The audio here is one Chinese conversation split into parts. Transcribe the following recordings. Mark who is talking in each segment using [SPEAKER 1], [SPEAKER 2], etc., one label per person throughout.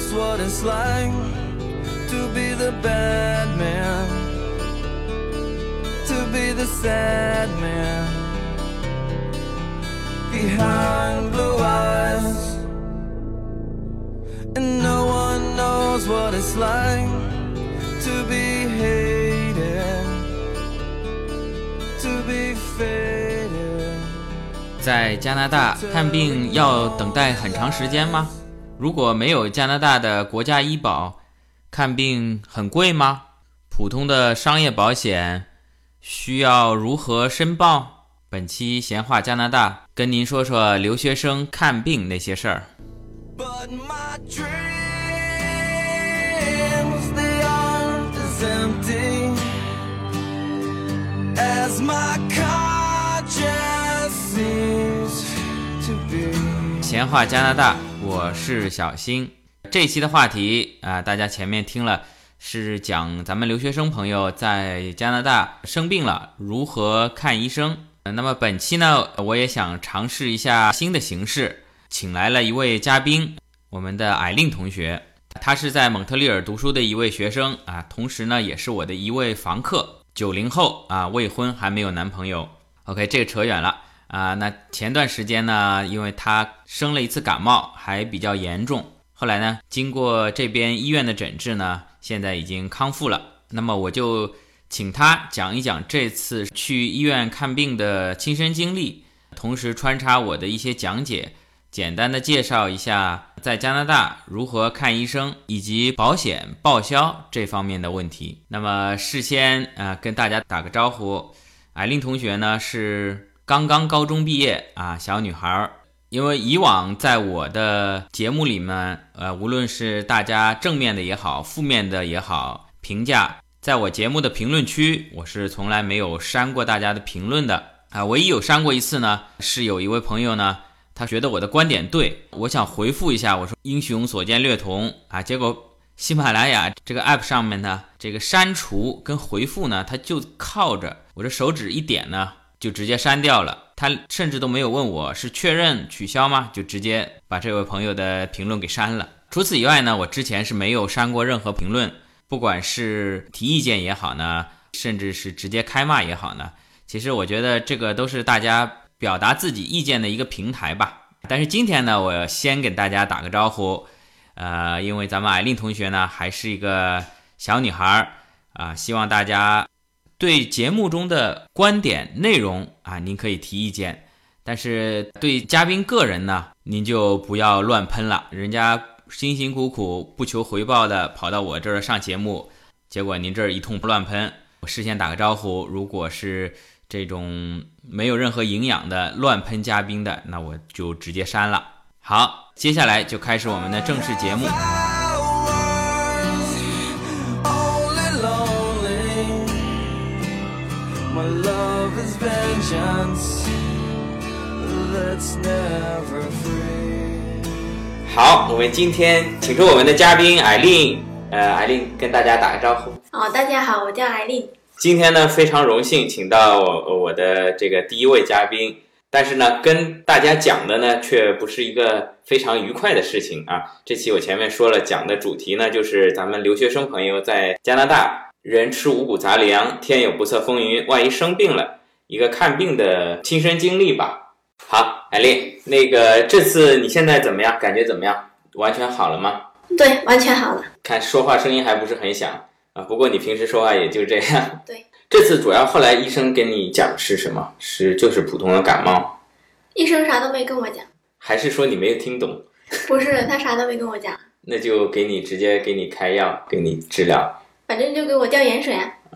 [SPEAKER 1] knows what it's like to be the bad man, to be the sad man behind blue eyes. And no one knows what it's like to be hated, to be faded.
[SPEAKER 2] 在加拿大看病要等待很长时间吗？如果没有加拿大的国家医保，看病很贵吗？普通的商业保险需要如何申报？本期闲话加拿大跟您说说留学生看病那些事儿。
[SPEAKER 1] But my dreams, they aren't as empty as my conscience seems to be.
[SPEAKER 2] 闲话加拿大，我是小新。这期的话题大家前面听了，是讲咱们留学生朋友在加拿大生病了如何看医生。那么本期呢，我也想尝试一下新的形式，请来了一位嘉宾，我们的艾琳同学。她是在蒙特利尔读书的一位学生同时呢也是我的一位房客，90后未婚，还没有男朋友。 OK， 这个扯远了那前段时间呢，因为她生了一次感冒，还比较严重，后来呢经过这边医院的诊治呢，现在已经康复了。那么我就请他讲一讲这次去医院看病的亲身经历，同时穿插我的一些讲解，简单的介绍一下在加拿大如何看医生以及保险报销这方面的问题。那么事先跟大家打个招呼，艾琳同学呢是刚刚高中毕业小女孩。因为以往在我的节目里面无论是大家正面的也好，负面的也好，评价在我节目的评论区，我是从来没有删过大家的评论的唯一有删过一次呢，是有一位朋友呢，他觉得我的观点对，我想回复一下，我说英雄所见略同结果喜马拉雅这个 app 上面呢，这个删除跟回复呢，它就靠着我这手指一点呢，就直接删掉了。他甚至都没有问我是确认取消吗，就直接把这位朋友的评论给删了。除此以外呢，我之前是没有删过任何评论，不管是提意见也好呢，甚至是直接开骂也好呢，其实我觉得这个都是大家表达自己意见的一个平台吧。但是今天呢，我先给大家打个招呼因为咱们艾琳同学呢还是一个小女孩希望大家对节目中的观点内容您可以提意见，但是对嘉宾个人呢，您就不要乱喷了。人家辛辛苦苦不求回报的跑到我这儿上节目，结果您这儿一通乱喷。我事先打个招呼，如果是这种没有任何营养的乱喷嘉宾的，那我就直接删了。好，接下来就开始我们的正式节目。
[SPEAKER 1] My love is vengeance that's never free。
[SPEAKER 2] 好，我们今天请出我们的嘉宾艾琳。艾琳跟大家打个招呼。
[SPEAKER 3] 大家好，我叫艾琳。
[SPEAKER 2] 今天呢，非常荣幸请到我的这个第一位嘉宾，但是呢，跟大家讲的呢，却不是一个非常愉快的事情这期我前面说了，讲的主题呢，就是咱们留学生朋友在加拿大，人吃五谷杂粮，天有不测风云，万一生病了，一个看病的亲身经历吧。好，艾琳，那个这次你现在怎么样？感觉怎么样？完全好了吗？
[SPEAKER 3] 对，完全好了。
[SPEAKER 2] 看说话声音还不是很响不过你平时说话也就这样。
[SPEAKER 3] 对，
[SPEAKER 2] 这次主要后来医生跟你讲是什么？就是普通的感冒？
[SPEAKER 3] 医生啥都没跟我讲。
[SPEAKER 2] 还是说你没有听懂？
[SPEAKER 3] 不是，他啥都没跟我讲。
[SPEAKER 2] 那就直接给你开药，给你治疗。
[SPEAKER 3] 反正就给我吊盐水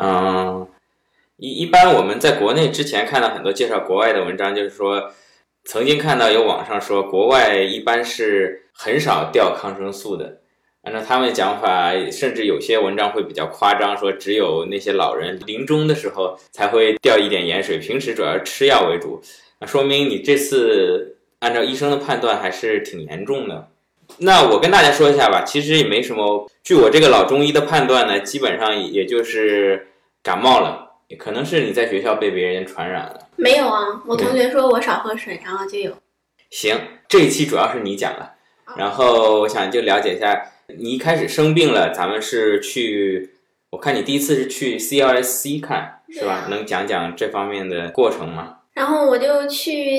[SPEAKER 2] 一般我们在国内之前看到很多介绍国外的文章，就是说曾经看到有网上说国外一般是很少吊抗生素的，按照他们的讲法，甚至有些文章会比较夸张，说只有那些老人临终的时候才会吊一点盐水，平时主要是吃药为主。那说明你这次按照医生的判断还是挺严重的。那我跟大家说一下吧，其实也没什么，据我这个老中医的判断呢，基本上也就是感冒了，也可能是你在学校被别人传染了。
[SPEAKER 3] 没有我同学说我少喝水，然后就有。
[SPEAKER 2] 行，这一期主要是你讲了然后我想就了解一下，你一开始生病了，咱们是去，我看你第一次是去 CLSC 看，是吧？能讲讲这方面的过程吗？
[SPEAKER 3] 然后我就去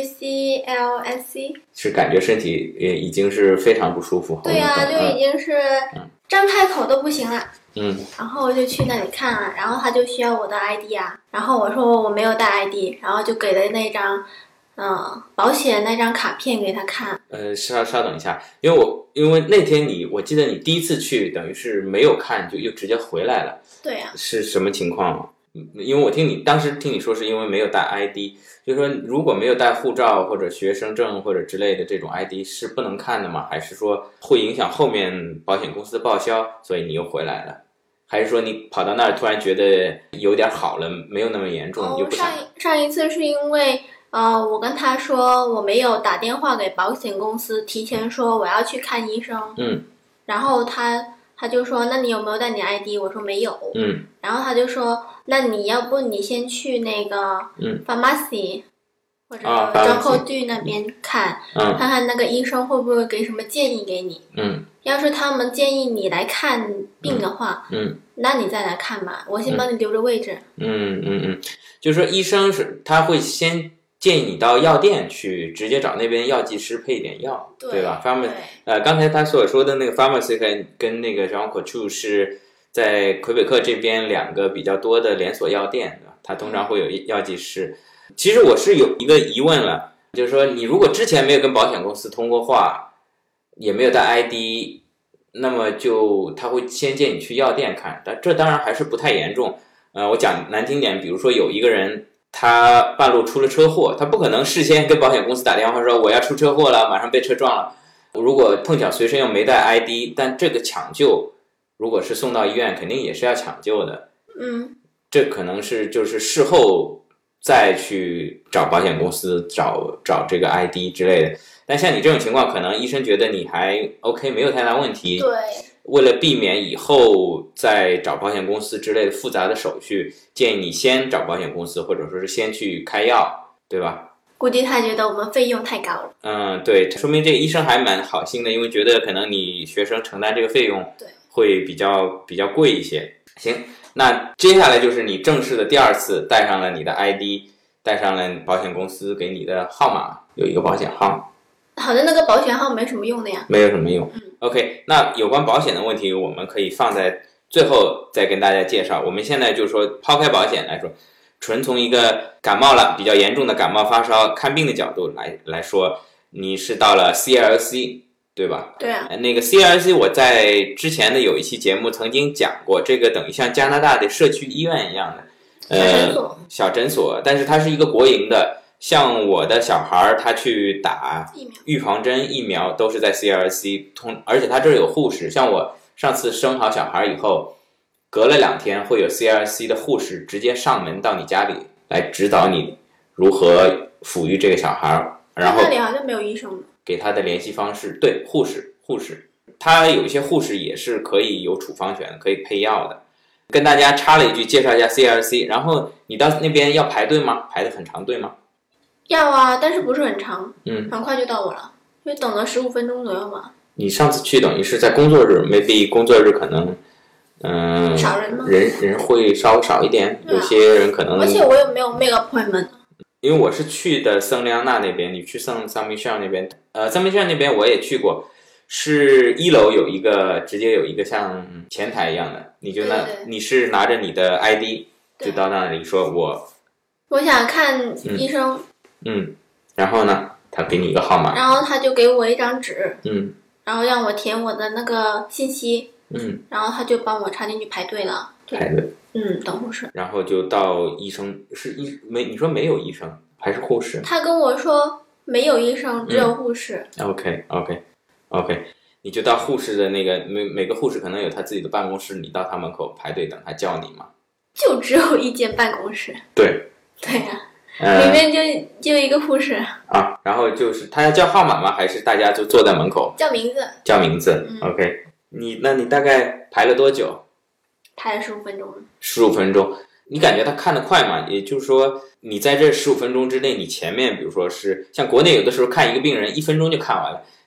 [SPEAKER 3] CLSC，
[SPEAKER 2] 是感觉身体也已经是非常不舒服。
[SPEAKER 3] 对呀，就已经是张开口都不行了。然后我就去那里看啊，然后他就需要我的 ID 啊，然后我说我没有带 ID， 然后就给了那张保险那张卡片给他看。
[SPEAKER 2] 稍等一下，因为那天我记得你第一次去等于是没有看就又直接回来了。
[SPEAKER 3] 对呀。
[SPEAKER 2] 是什么情况？因为我当时听你说是因为没有带 ID， 就是说如果没有带护照或者学生证或者之类的这种 ID 是不能看的吗？还是说会影响后面保险公司的报销，所以你又回来了？还是说你跑到那儿突然觉得有点好了，没有那么严重，你就不想？
[SPEAKER 3] 上一次是因为我跟他说我没有打电话给保险公司提前说我要去看医生，然后他就说那你有没有带你 ID？ 我说没有，然后他就说那你要不你先去那个pharmacy 或者专科局那边看看那个医生会不会给什么建议给你，要是他们建议你来看病的话，那你再来看吧，我先帮你留着位置。
[SPEAKER 2] 就是说医生他会先建议你到药店去直接找那边药剂师配一点药， 对吧？刚才他所说的那个 pharmacy 跟那个 Jean Coutu 是在魁北克这边两个比较多的连锁药店，它通常会有药剂师。其实我是有一个疑问了，就是说你如果之前没有跟保险公司通过话，也没有带 ID， 那么他会先建议你去药店看，但这当然还是不太严重。我讲难听点，比如说有一个人他半路出了车祸，他不可能事先跟保险公司打电话说我要出车祸了，马上被车撞了。如果碰巧随身又没带 ID， 但这个抢救如果是送到医院肯定也是要抢救的，这可能是就是事后再去找保险公司找这个 ID 之类的。但像你这种情况，可能医生觉得你还 OK， 没有太大问题。
[SPEAKER 3] 对。
[SPEAKER 2] 为了避免以后再找保险公司之类的复杂的手续，建议你先找保险公司，或者说是先去开药，对吧？
[SPEAKER 3] 估计他觉得我们费用太高了。
[SPEAKER 2] 对，说明这个医生还蛮好心的，因为觉得可能你学生承担这个费用会比较贵一些。行，那接下来就是你正式的第二次带上了你的 ID， 带上了保险公司给你的号码，有一个保险号。
[SPEAKER 3] 好的，那个保险号没什么用的呀。
[SPEAKER 2] 没有什么用。OK， 那有关保险的问题我们可以放在最后再跟大家介绍。我们现在就是说抛开保险来说，纯从一个感冒了比较严重的感冒发烧看病的角度来说，你是到了 CLSC 对吧？
[SPEAKER 3] 对啊。
[SPEAKER 2] 那个 CLSC 我在之前的有一期节目曾经讲过，这个等于像加拿大的社区医院一样的小诊所，但是它是一个国营的。像我的小孩他去打预防针疫苗都是在 CLSC， 而且他这儿有护士。像我上次生好小孩以后，隔了2天会有 CLSC 的护士直接上门到你家里来指导你如何抚育这个小孩，然后
[SPEAKER 3] 那里好像没有医生的，
[SPEAKER 2] 给他的联系方式。对，护士，他有一些护士也是可以有处方权，可以配药的。跟大家插了一句，介绍一下 CLSC。然后你到那边要排队吗？排得很长队吗？
[SPEAKER 3] 要啊，但是不是很长，很快就到我了，因为等了15分钟左右嘛。你
[SPEAKER 2] 上次去等于是在工作日 ，maybe 工作日可能，
[SPEAKER 3] 少人吗？
[SPEAKER 2] 人会稍微少一点，有些人可能。
[SPEAKER 3] 而且我也没有 make appointment。
[SPEAKER 2] 因为我是去的圣利安娜那边，你去圣米歇尔那边，圣米歇尔那边我也去过，是1楼有一个直接有一个像前台一样的，你是拿着你的 ID 就到那里说
[SPEAKER 3] 我想看医生。
[SPEAKER 2] 然后呢，他给你一个号码，
[SPEAKER 3] 然后他就给我一张纸，
[SPEAKER 2] 然
[SPEAKER 3] 后让我填我的那个信息，然后他就帮我插进去排队了，
[SPEAKER 2] 排队，
[SPEAKER 3] 等护士，
[SPEAKER 2] 然后就到医生你说没有医生还是护士？
[SPEAKER 3] 他跟我说没有医生，只有护士。
[SPEAKER 2] OK， 你就到护士的那个每个护士可能有他自己的办公室，你到他门口排队等他叫你嘛？
[SPEAKER 3] 就只有一间办公室。
[SPEAKER 2] 对
[SPEAKER 3] 呀。里面就一个护士
[SPEAKER 2] 啊，然后就是他要叫号码吗？还是大家就坐在门口
[SPEAKER 3] 叫名字
[SPEAKER 2] ？OK， 那你大概排了多久？
[SPEAKER 3] 排了15分钟。
[SPEAKER 2] 15分钟，你感觉他看得快吗？也就是说，你在这15分钟之内，你前面比如说是像国内有的时候看一个病人1分钟就看完了，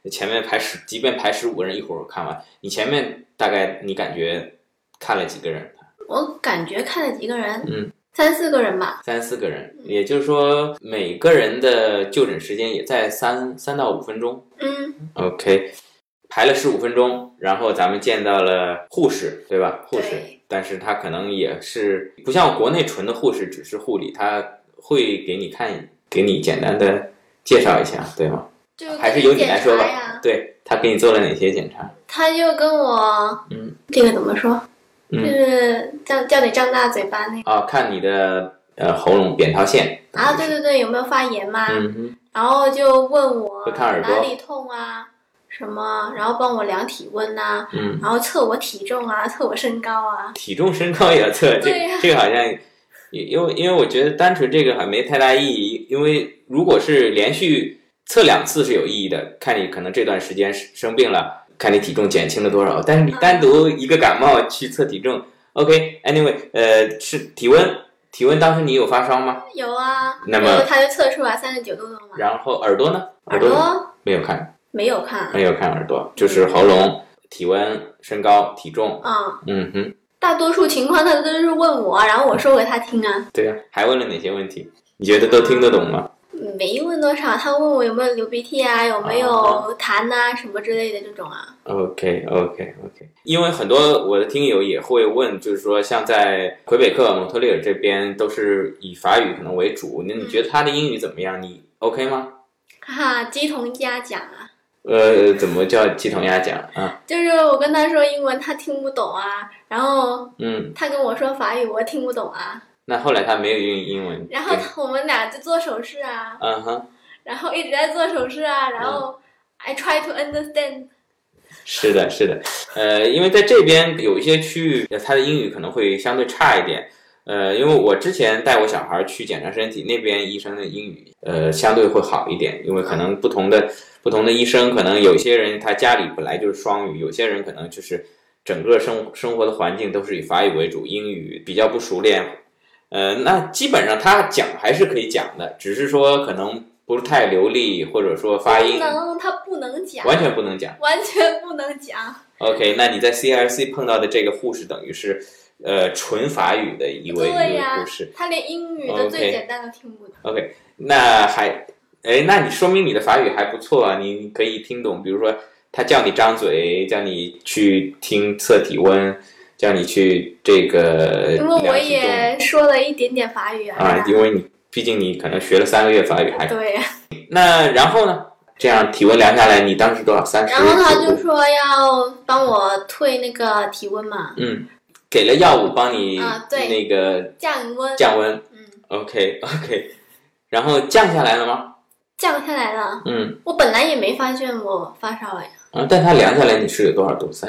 [SPEAKER 2] 前面即便排15个人一会儿看完，你前面大概你感觉看了几个人？
[SPEAKER 3] 我感觉看了几个人，3、4个人吧。
[SPEAKER 2] 3、4个人，也就是说每个人的就诊时间也在3到5分钟。OK， 排了15分钟，然后咱们见到了护士，对吧？护士，但是他可能也是不像国内纯的护士，只是护理，他会给你简单的介绍一下，对吗？还是由你来说吧。对，他给你做了哪些检查？
[SPEAKER 3] 他就跟我，这个怎么说？就是叫你张大嘴巴那个。
[SPEAKER 2] 看你的喉咙扁桃腺。
[SPEAKER 3] 啊，对，有没有发炎嘛？然后就问我哪里痛啊，什么，然后帮我量体温啊，然后测我体重啊，测我身高啊。
[SPEAKER 2] 体重身高也要测，这个好像。因为我觉得单纯这个还没太大意义，因为如果是连续测2次是有意义的，看你可能这段时间生病了，看你体重减轻了多少。但是你单独一个感冒去测体重 ，OK，anyway， 是体温当时你有发烧吗？
[SPEAKER 3] 有啊，
[SPEAKER 2] 那么
[SPEAKER 3] 他就测出来39度了嘛。
[SPEAKER 2] 然后耳朵呢？
[SPEAKER 3] 耳朵
[SPEAKER 2] 没有看耳朵，就是喉咙、体温、身高、体重。
[SPEAKER 3] 大多数情况他都是问我，然后我说给他听啊。
[SPEAKER 2] 对啊，还问了哪些问题？你觉得都听得懂吗？
[SPEAKER 3] 没问多少，他问我有没有流鼻涕啊，有没有痰啊，什么之类的这种啊。
[SPEAKER 2] OK， 因为很多我的听友也会问，就是说像在魁北克、蒙特利尔这边都是以法语可能为主，那你觉得他的英语怎么样？你 OK 吗？
[SPEAKER 3] 哈哈，鸡同鸭讲啊。
[SPEAKER 2] 怎么叫鸡同鸭讲啊？
[SPEAKER 3] 就是我跟他说英文，他听不懂啊，然后他跟我说法语，我听不懂啊。
[SPEAKER 2] 那后来他没有用英文，
[SPEAKER 3] 然后我们俩就做手势啊，然后一直在做手势啊，然后I try to understand。
[SPEAKER 2] 是的，因为在这边有一些区域，他的英语可能会相对差一点。因为我之前带我小孩去检查身体，那边医生的英语相对会好一点，因为可能不同的医生，可能有些人他家里本来就是双语，有些人可能就是整个生活的环境都是以法语为主，英语比较不熟练。那基本上他讲还是可以讲的，只是说可能不是太流利，或者说发音
[SPEAKER 3] 他不能讲，
[SPEAKER 2] 完全不能讲。OK， 那你在 CRC 碰到的这个护士等于是纯法语的一位护士，
[SPEAKER 3] 他连英语的最简单的听不懂。
[SPEAKER 2] OK， 那你说明你的法语还不错啊，你可以听懂，比如说他叫你张嘴，叫你去测体温，叫你去这个
[SPEAKER 3] 因为我也说了一点点法语啊，
[SPEAKER 2] 因为毕竟你可能学了3个月法语，还
[SPEAKER 3] 对呀。
[SPEAKER 2] 那然后呢？这样体温量下来，你当时多少？30。
[SPEAKER 3] 然后他就说要帮我退那个体温嘛。
[SPEAKER 2] 给了药物帮你那个降温。OK， 然后降下来了吗？
[SPEAKER 3] 降下来了。我本来也没发现我发烧了呀。
[SPEAKER 2] 但他量下来你是有多少度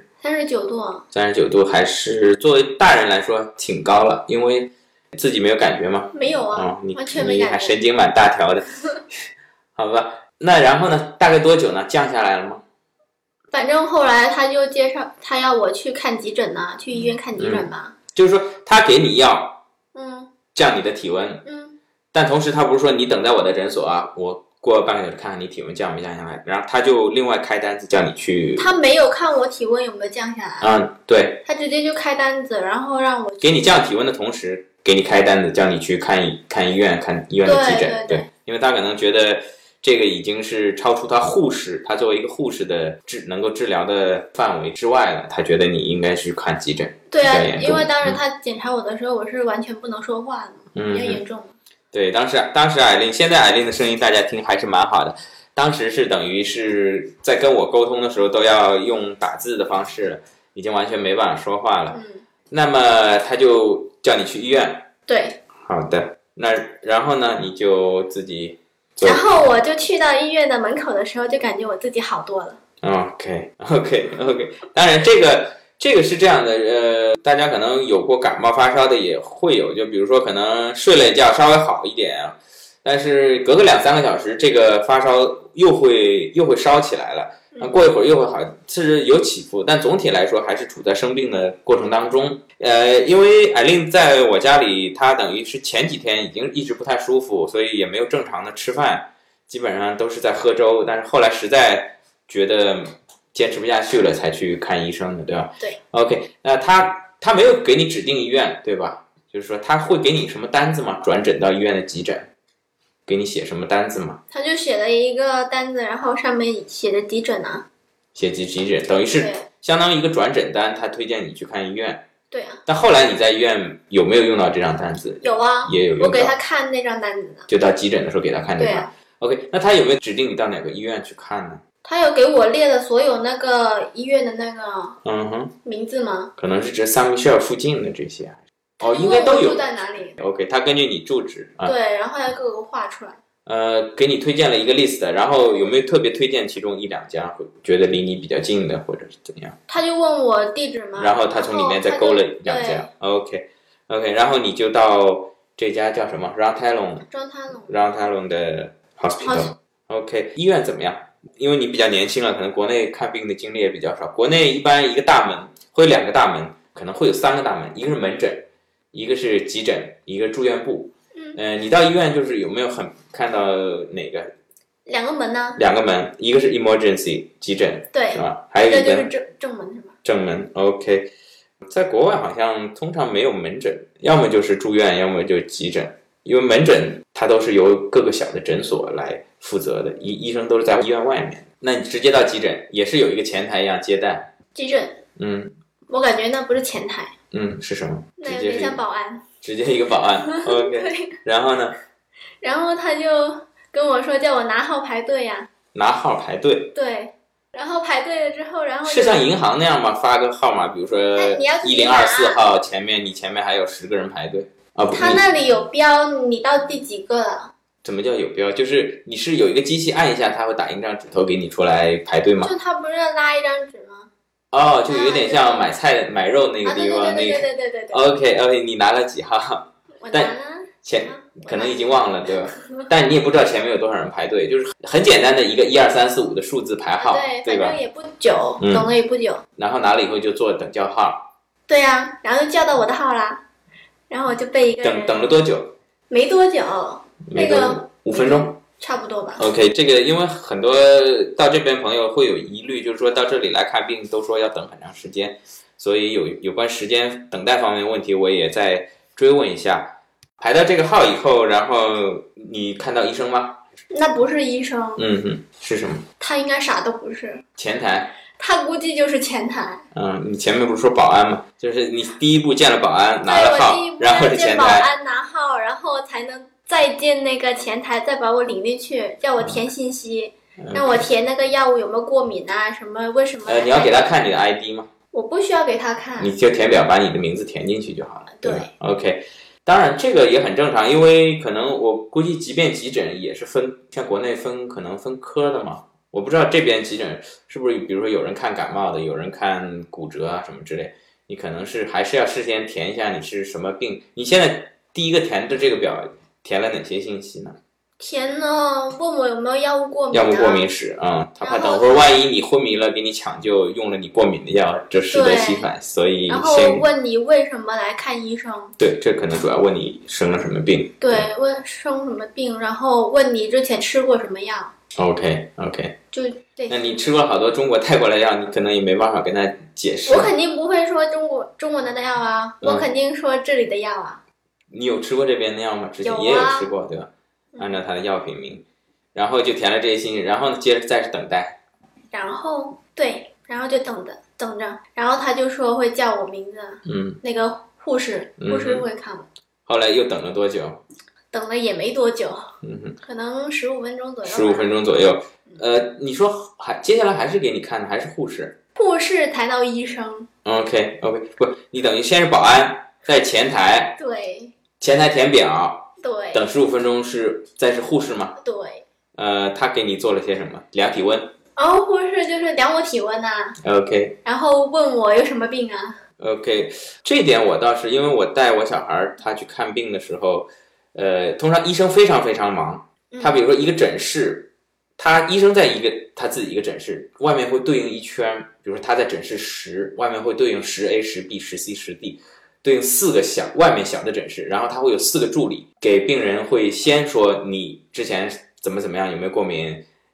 [SPEAKER 2] ？39
[SPEAKER 3] 度。
[SPEAKER 2] 39度还是作为大人来说挺高了，因为自己没有感觉吗？
[SPEAKER 3] 没有啊，完全没
[SPEAKER 2] 感觉。你还神经蛮大条的。好吧，那然后呢？大概多久呢？降下来了吗？
[SPEAKER 3] 反正后来他就介绍，他要我去看急诊啊，去医院看急诊吧。
[SPEAKER 2] 就是说他给你药，降你的体温，但同时他不是说你等在我的诊所啊，我过半个小时看看你体温降没降下来，然后他就另外开单子叫你去。
[SPEAKER 3] 他没有看我体温有没有降下来。
[SPEAKER 2] 对。
[SPEAKER 3] 他直接就开单子，然后让我
[SPEAKER 2] 给你降体温的同时，给你开单子叫你去看医院，看医院的急诊。
[SPEAKER 3] 对，
[SPEAKER 2] 因为他可能觉得这个已经是超出他作为一个护士的能够治疗的范围之外了，他觉得你应该去看急诊。
[SPEAKER 3] 对啊，因为当时他检查我的时候，我是完全不能说话的，比较严重。
[SPEAKER 2] 对，当时现在艾琳的声音大家听还是蛮好的，当时是等于是在跟我沟通的时候都要用打字的方式了，已经完全没办法说话了。那么他就叫你去医院。
[SPEAKER 3] 对。
[SPEAKER 2] 好的，那然后呢，你就自己。
[SPEAKER 3] 然后我就去到医院的门口的时候，就感觉我自己好多了。
[SPEAKER 2] OK， 当然这个是这样的，大家可能有过感冒发烧的也会有，就比如说可能睡了一觉稍微好一点啊，但是隔个2-3个小时，这个发烧又会烧起来了，过一会儿又会好，是有起伏，但总体来说还是处在生病的过程当中。因为艾琳在我家里，她等于是前几天已经一直不太舒服，所以也没有正常的吃饭，基本上都是在喝粥，但是后来实在觉得坚持不下去了才去看医生的，对吧？
[SPEAKER 3] 对。
[SPEAKER 2] OK， 那他没有给你指定医院，对吧？就是说他会给你什么单子吗？转诊到医院的急诊，给你写什么单子吗？
[SPEAKER 3] 他就写了一个单子，然后上面写的急诊啊。
[SPEAKER 2] 写急诊，等于是相当于一个转诊单，他推荐你去看医院。
[SPEAKER 3] 对啊。
[SPEAKER 2] 但后来你在医院有没有用到这张单子？
[SPEAKER 3] 有啊，
[SPEAKER 2] 也有用到。
[SPEAKER 3] 我给他看那张单子的。
[SPEAKER 2] 就到急诊的时候给他看那张。
[SPEAKER 3] 对啊。
[SPEAKER 2] OK， 那他有没有指定你到哪个医院去看呢？
[SPEAKER 3] 他有给我列了所有那个医院的那个名字吗？
[SPEAKER 2] 可能是指San Michel附近的这些。哦，应该都有。
[SPEAKER 3] 住在哪里
[SPEAKER 2] ？OK， 他根据你住址啊。
[SPEAKER 3] 对，然后他各个画出来。
[SPEAKER 2] 给你推荐了一个 list， 然后有没有特别推荐其中1-2家，觉得离你比较近的，或者是怎样？
[SPEAKER 3] 他就问我地址嘛，
[SPEAKER 2] 然后他从里面再勾了2家。OK， 然后你就到这家叫什么 Rantalon 的 hospital。OK， 医院怎么样？因为你比较年轻了，可能国内看病的经历也比较少。国内一般一个大门会有2个大门，可能会有3个大门，一个是门诊，一个是急诊，一个住院部。你到医院就是有没有看到哪个
[SPEAKER 3] ？2个门呢
[SPEAKER 2] ？2个门，一个是 emergency 急诊，
[SPEAKER 3] 对，
[SPEAKER 2] 是吧？还有一个
[SPEAKER 3] 就是正门是吧？
[SPEAKER 2] 正门 ，OK。在国外好像通常没有门诊，要么就是住院，要么就是急诊。因为门诊它都是由各个小的诊所来负责的，医生都是在医院外面。那你直接到急诊，也是有一个前台一样接待。
[SPEAKER 3] 急诊，我感觉那不是前台，
[SPEAKER 2] 是什么？
[SPEAKER 3] 那有点像保安。
[SPEAKER 2] 直接一个保安 ，OK。然后呢？
[SPEAKER 3] 然后他就跟我说，叫我拿号排队呀。
[SPEAKER 2] 拿号排队。
[SPEAKER 3] 对，然后排队了之后，然后
[SPEAKER 2] 是像银行那样吗？发个号码，比如说1024号前面，你前面还有10个人排队啊？不，
[SPEAKER 3] 他那里有标，你到第几个了？
[SPEAKER 2] 怎么叫有标？就是你是有一个机器按一下，它会打一张纸头给你出来排队吗？
[SPEAKER 3] 就他不是要拉一张纸吗？
[SPEAKER 2] 哦，就有点像买菜买肉那个地方那个。
[SPEAKER 3] 对。
[SPEAKER 2] OK， 你拿了几号？
[SPEAKER 3] 我拿了
[SPEAKER 2] 可能已经忘了，对吧？但你也不知道前面有多少人排队，就是很简单的一个1、2、3、4、5的数字排号，对吧？
[SPEAKER 3] 反正也不久，等了也不久。
[SPEAKER 2] 然后拿了以后就坐等叫号。
[SPEAKER 3] 对呀，然后就叫到我的号啦，然后我就被一个人
[SPEAKER 2] 等了多久？
[SPEAKER 3] 没多久，那个
[SPEAKER 2] 5分钟。
[SPEAKER 3] 差不多吧。
[SPEAKER 2] OK， 这个因为很多到这边朋友会有疑虑，就是说到这里来看病都说要等很长时间，所以有关时间等待方面问题我也再追问一下。排到这个号以后，然后你看到医生吗？
[SPEAKER 3] 那不是医生。
[SPEAKER 2] 是什么？
[SPEAKER 3] 他应该啥都不是。
[SPEAKER 2] 前台。
[SPEAKER 3] 他估计就是前台。
[SPEAKER 2] 你前面不是说保安吗？就是你第一步见了保安拿了号，然后是前台。
[SPEAKER 3] 见保安拿号，然后才能再见那个前台，再把我领进去，叫我填信息，让我填那个药物有没有过敏啊，什么为什么？
[SPEAKER 2] 你要给他看你的 ID 吗？
[SPEAKER 3] 我不需要给他看，
[SPEAKER 2] 你就填表把你的名字填进去就好了。
[SPEAKER 3] 对
[SPEAKER 2] ，OK。当然这个也很正常，因为可能我估计即便急诊也是像国内可能分科的嘛。我不知道这边急诊是不是比如说有人看感冒的，有人看骨折啊什么之类，你可能还是要事先填一下你是什么病。你现在第一个填的这个表填了哪些信息呢？
[SPEAKER 3] 填了问我有没有药物过敏
[SPEAKER 2] 药物过敏史他怕等会儿万一你昏迷了给你抢救用了你过敏的药，这适得其反，所以
[SPEAKER 3] 然后问你为什么来看医生。
[SPEAKER 2] 对，这可能主要问你生了什么病。
[SPEAKER 3] 对，问生什么病，然后问你之前吃过什么药。
[SPEAKER 2] OK，
[SPEAKER 3] 就对。
[SPEAKER 2] 那你吃过好多中国泰国的药，你可能也没办法跟他解释。
[SPEAKER 3] 我肯定不会说中国的药啊，我肯定说这里的药啊。
[SPEAKER 2] 你有吃过这边的药吗？之前也有吃过，对吧？按照他的药品名，然后就填了这些信息，然后接着再是等待。然后
[SPEAKER 3] 就等着，然后他就说会叫我名字，那个护士会看我。
[SPEAKER 2] 后来又等了多久？
[SPEAKER 3] 等了也没多久，可能15分钟左右。
[SPEAKER 2] 15分钟左右，你说接下来还是给你看的还是护士？
[SPEAKER 3] 护士抬到医生。
[SPEAKER 2] OK， 不，你等于先是保安，在前台，
[SPEAKER 3] 对，
[SPEAKER 2] 前台填表，
[SPEAKER 3] 对，
[SPEAKER 2] 等15分钟再是护士吗？
[SPEAKER 3] 对。
[SPEAKER 2] 他给你做了些什么？量体温。
[SPEAKER 3] 护士就是量我体温啊。
[SPEAKER 2] OK。
[SPEAKER 3] 然后问我有什么病啊。
[SPEAKER 2] OK， 这一点我倒是，因为我带我小孩他去看病的时候，通常医生非常非常忙，他比如说一个诊室，医生在他自己一个诊室，外面会对应一圈，比如说他在诊室10，外面会对应10A、10B、10C、10D， 对应4个外面小的诊室，然后他会有4个助理，给病人会先说你之前怎么样，有没有过敏，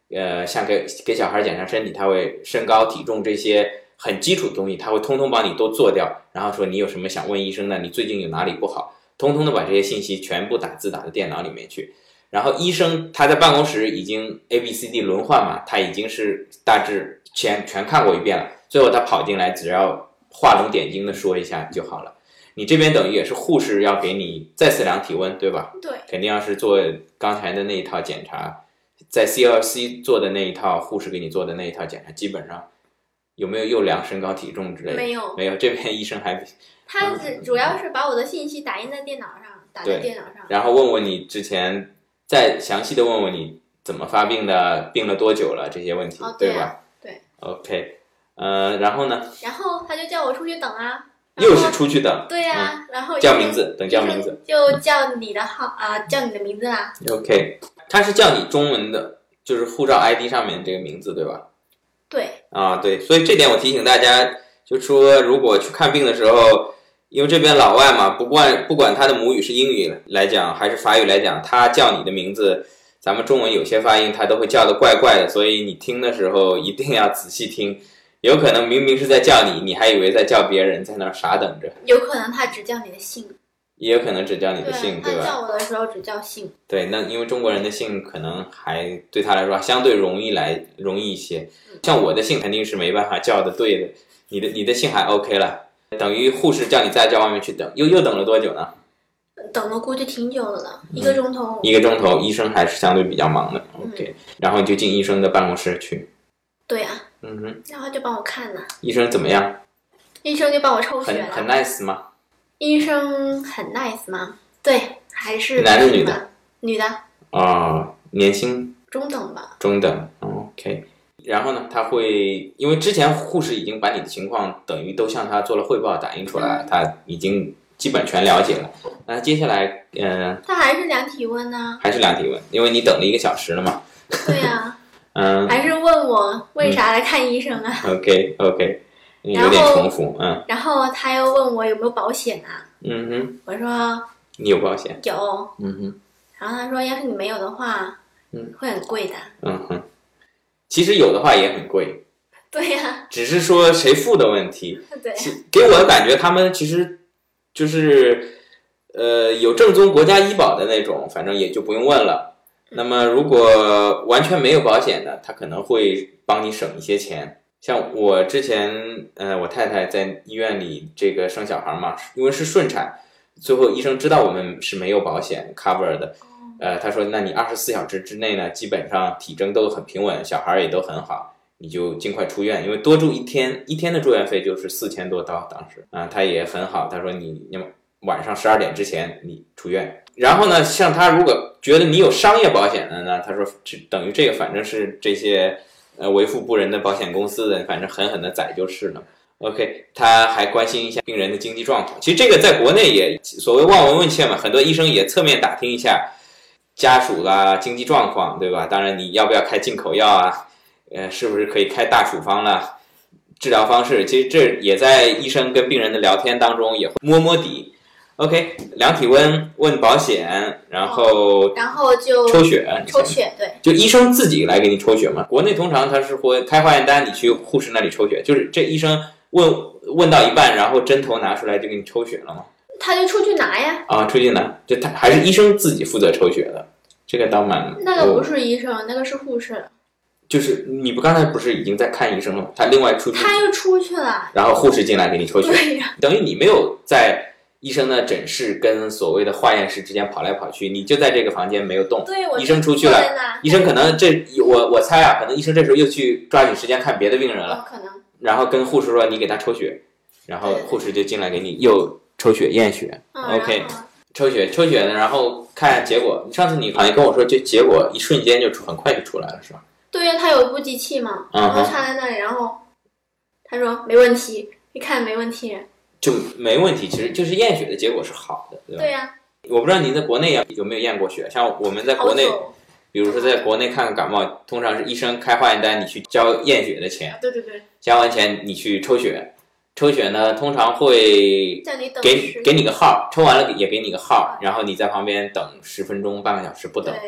[SPEAKER 2] 像给小孩检查身体，他会身高体重这些很基础的东西，他会通通帮你都做掉，然后说你有什么想问医生的，你最近有哪里不好，通通的把这些信息全部打字打到电脑里面去。然后医生他在办公室已经 ABCD 轮换嘛，他已经是大致全看过一遍了，最后他跑进来只要画龙点睛的说一下就好了。你这边等于也是护士要给你再次量体温，对吧？
[SPEAKER 3] 对，
[SPEAKER 2] 肯定要是做刚才的那一套检查，在 CLC 做的那一套，护士给你做的那一套检查，基本上有没有又量身高体重之类的？
[SPEAKER 3] 没有，
[SPEAKER 2] 没有。这边医生还
[SPEAKER 3] 他主要是把我的信息打印在电脑上，打在电脑上，
[SPEAKER 2] 然后问问你之前，再详细的问问你怎么发病的，病了多久了这些问题，
[SPEAKER 3] 对啊，
[SPEAKER 2] 吧？
[SPEAKER 3] 对。
[SPEAKER 2] OK，然后呢？
[SPEAKER 3] 然后他就叫我出去等啊。
[SPEAKER 2] 又是出去等。
[SPEAKER 3] 对啊，然后
[SPEAKER 2] 叫名字，等叫名字。
[SPEAKER 3] 就叫你的号啊，叫你的名字啦。
[SPEAKER 2] OK， 他是叫你中文的，就是护照 ID 上面这个名字，对吧？
[SPEAKER 3] 对。
[SPEAKER 2] 啊，对，所以这点我提醒大家，就说如果去看病的时候，因为这边老外嘛，不管他的母语是英语来讲还是法语来讲，他叫你的名字，咱们中文有些发音他都会叫的怪怪的，所以你听的时候一定要仔细听。有可能明明是在叫你，你还以为在叫别人，在那儿傻等着。
[SPEAKER 3] 有可能他只叫你的姓，
[SPEAKER 2] 也有可能只叫你的姓， 对吧？
[SPEAKER 3] 他叫我的时候只叫姓。
[SPEAKER 2] 对，那因为中国人的姓可能还对他来说相对容易一些。像我的姓肯定是没办法叫的对的，你的姓还 OK 了，等于护士叫你再叫外面去等，又等了多久呢？
[SPEAKER 3] 等了估计挺久的了，1个钟头。
[SPEAKER 2] 1个钟头，医生还是相对比较忙的。OK，然后你就进医生的办公室去。
[SPEAKER 3] 对啊。然后就帮我看了。
[SPEAKER 2] 医生怎么样？
[SPEAKER 3] 医生就帮我抽血了。
[SPEAKER 2] 很 nice 吗？
[SPEAKER 3] 医生很 nice 吗？对，还是
[SPEAKER 2] 男的女的？
[SPEAKER 3] 女的。
[SPEAKER 2] 年轻？
[SPEAKER 3] 中等吧。
[SPEAKER 2] 中等。OK。然后呢，他会因为之前护士已经把你的情况等于都向他做了汇报，打印出来，他已经基本全了解了。那接下来，
[SPEAKER 3] 他还是量体温呢。
[SPEAKER 2] 还是量体温，因为你等了1个小时了嘛。
[SPEAKER 3] 对呀。还是问我为啥来看医生啊
[SPEAKER 2] ？OK， 有点重复。
[SPEAKER 3] 然后他又问我有没有保险啊？我说
[SPEAKER 2] 你有保险。
[SPEAKER 3] 有。然后他说要是你没有的话，会很贵的。
[SPEAKER 2] 其实有的话也很贵。
[SPEAKER 3] 对呀。
[SPEAKER 2] 只是说谁付的问题。
[SPEAKER 3] 对。
[SPEAKER 2] 给我的感觉，他们其实就是有正宗国家医保的那种，反正也就不用问了。那么如果完全没有保险的，他可能会帮你省一些钱。像我之前我太太在医院里这个生小孩嘛，因为是顺产，最后医生知道我们是没有保险 cover 的，他说那你24小时之内呢，基本上体征都很平稳，小孩也都很好，你就尽快出院，因为多住一天的住院费就是4000多刀，当时他也很好，他说你晚上12点之前你出院。然后呢，像他如果觉得你有商业保险的呢，他说等于这个反正是这些为富不仁的保险公司的，反正狠狠的宰就是了。OK， 他还关心一下病人的经济状况。其实这个在国内也所谓望闻问切嘛，很多医生也侧面打听一下家属啦、经济状况，对吧？当然你要不要开进口药啊？是不是可以开大处方啦？治疗方式，其实这也在医生跟病人的聊天当中也会摸底。OK， 量体温，问保险，然后
[SPEAKER 3] 就
[SPEAKER 2] 抽血，
[SPEAKER 3] 对，
[SPEAKER 2] 就医生自己来给你抽血嘛。国内通常他是会开化验单，你去护士那里抽血，就是这医生问到一半，然后针头拿出来就给你抽血了吗？
[SPEAKER 3] 他就出去拿呀。
[SPEAKER 2] 出去拿，就他还是医生自己负责抽血的，这个倒蛮。
[SPEAKER 3] 那个不是医生，那个是护士。
[SPEAKER 2] 就是你刚才不是已经在看医生了吗？他另外出去，
[SPEAKER 3] 他又出去了，
[SPEAKER 2] 然后护士进来给你抽血，
[SPEAKER 3] 对呀，
[SPEAKER 2] 等于你没有在医生的诊室跟所谓的化验室之间跑来跑去，你就在这个房间没有动。
[SPEAKER 3] 对，
[SPEAKER 2] 医生出去了，医生可能我猜啊，可能医生这时候又去抓紧时间看别的病人了，
[SPEAKER 3] 可能。
[SPEAKER 2] 然后跟护士说你给他抽血，然后护士就进来给你又抽血验血。OK， 抽血呢，然后看结果。上次你好像跟我说，就结果一瞬间就很快就出来了，是吧？
[SPEAKER 3] 对呀，他有一部机器嘛，然后插在那里，然后他说没问题，一看没问题。
[SPEAKER 2] 就没问题，其实就是验血的结果是好的，对吧？
[SPEAKER 3] 对呀。
[SPEAKER 2] 我不知道您在国内有没有验过血，像我们在国内，比如说在国内看个感冒，通常是医生开化验单，你去交验血的钱。
[SPEAKER 3] 对。
[SPEAKER 2] 交完钱你去抽血，抽血呢通常会给你个号，抽完了也给你个号，然后你在旁边等10分钟半个小时不等。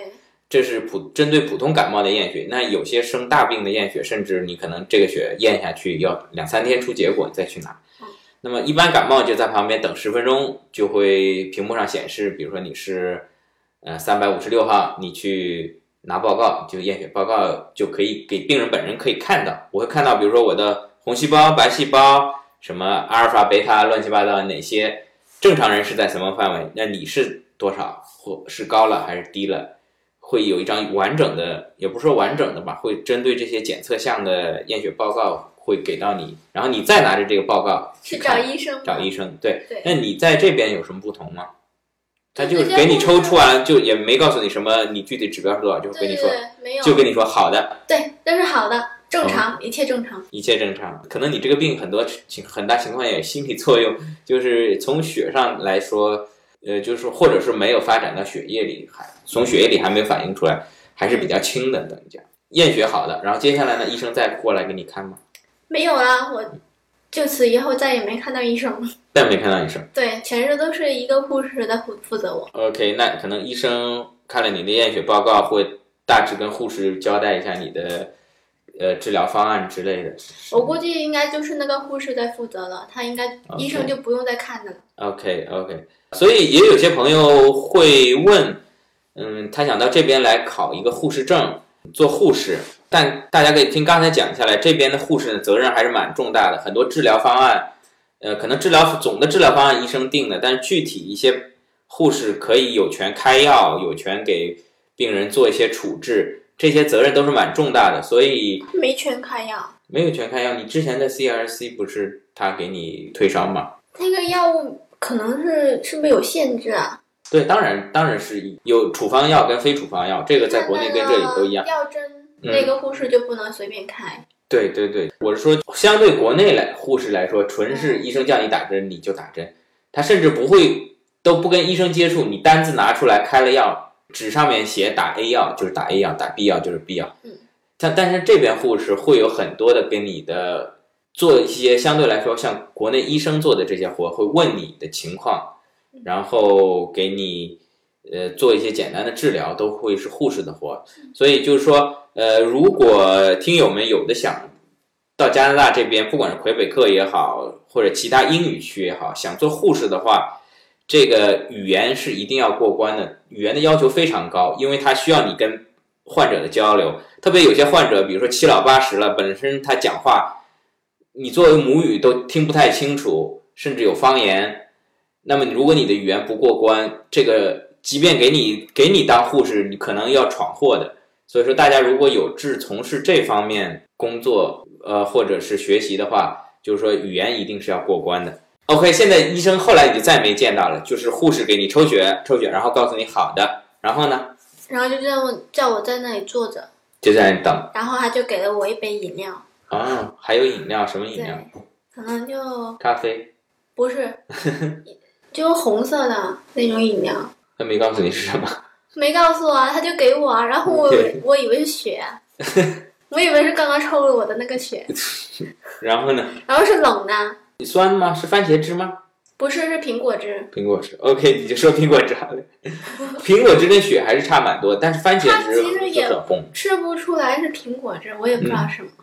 [SPEAKER 2] 这是针对普通感冒的验血。那有些生大病的验血，甚至你可能这个血验下去要2-3天出结果，你再去拿。那么一般感冒就在旁边等10分钟，就会屏幕上显示，比如说你是356号，你去拿报告，就验血报告就可以给病人本人可以看到。我会看到，比如说我的红细胞、白细胞，什么阿尔法、贝塔，乱七八糟哪些，正常人是在什么范围，那你是多少，或是高了还是低了，会有一张完整的，也不是说完整的吧，会针对这些检测项的验血报告会给到你，然后你再拿着这个报告
[SPEAKER 3] 去找医生。
[SPEAKER 2] 找医生，对。那你在这边有什么不同吗？他就给你抽出完，就也没告诉你什么，你具体指标是多少，就跟你说，
[SPEAKER 3] 没有，
[SPEAKER 2] 就跟你说好的，
[SPEAKER 3] 对，都是好的，正常，一切正常，
[SPEAKER 2] 一切正常。可能你这个病很大情况也有心理作用，就是从血上来说，就是或者是没有发展到血液里，从血液里还没有反映出来，还是比较轻的，等于讲验血好的。然后接下来呢，医生再过来给你看吗？
[SPEAKER 3] 没有啦，我就此以后再也没看到医生了。
[SPEAKER 2] 再没看到医生？对，
[SPEAKER 3] 全是都是一个护士在负责我。
[SPEAKER 2] OK， 那可能医生看了你的验血报告，会大致跟护士交代一下你的治疗方案之类的。
[SPEAKER 3] 我估计应该就是那个护士在负责了，他应该医生就不用再看的了。
[SPEAKER 2] OK， 所以也有些朋友会问，他想到这边来考一个护士证，做护士。但大家可以听刚才讲下来，这边的护士的责任还是蛮重大的，很多治疗方案，可能总的治疗方案医生定的，但是具体一些护士可以有权开药，有权给病人做一些处置，这些责任都是蛮重大的，所以
[SPEAKER 3] 没权开药。
[SPEAKER 2] 没有权开药，你之前的 CRC 不是他给你退烧吗？
[SPEAKER 3] 那个药物可能是不是有限制啊？
[SPEAKER 2] 对，当然是有处方药跟非处方药，这个在国内跟这里都一样。
[SPEAKER 3] 药针那个护士就不能随便开。
[SPEAKER 2] 对，我是说，相对国内护士来说，纯是医生叫你打针你就打针，他甚至都不跟医生接触，你单子拿出来开了药，纸上面写打 A 药就是打 A 药，打 B 药就是 B 药。但是这边护士会有很多的跟你的做一些相对来说像国内医生做的这些活，会问你的情况，然后给你做一些简单的治疗，都会是护士的活。所以就是说如果听友们有的想到加拿大这边，不管是魁北克也好，或者其他英语区也好，想做护士的话，这个语言是一定要过关的，语言的要求非常高，因为它需要你跟患者的交流，特别有些患者比如说7老80了，本身他讲话你作为母语都听不太清楚，甚至有方言，那么如果你的语言不过关，这个即便给你当护士，你可能要闯祸的。所以说大家如果有志从事这方面工作或者是学习的话，就是说语言一定是要过关的。OK， 现在医生后来你就再没见到了，就是护士给你抽血，然后告诉你好的，然后呢？
[SPEAKER 3] 然后就叫我在那里坐着，
[SPEAKER 2] 就在那里等。然
[SPEAKER 3] 后他就给了我一杯饮料。
[SPEAKER 2] 还有饮料？什么饮料？
[SPEAKER 3] 可能就
[SPEAKER 2] 咖啡？
[SPEAKER 3] 不是，就红色的那种饮料。
[SPEAKER 2] 他没告诉你是什么？
[SPEAKER 3] 没告诉我啊，他就给我啊，然后我以为是血，我以为是刚刚抽了我的那个血。
[SPEAKER 2] 然后呢？
[SPEAKER 3] 然后是冷的。
[SPEAKER 2] 酸吗？是番茄汁吗？
[SPEAKER 3] 不是，是苹果汁。
[SPEAKER 2] 苹果汁 ，OK， 你就说苹果汁好了。苹果汁跟血还是差蛮多，但是番茄汁就很红，
[SPEAKER 3] 吃不出来是苹果汁，我也不知道什么。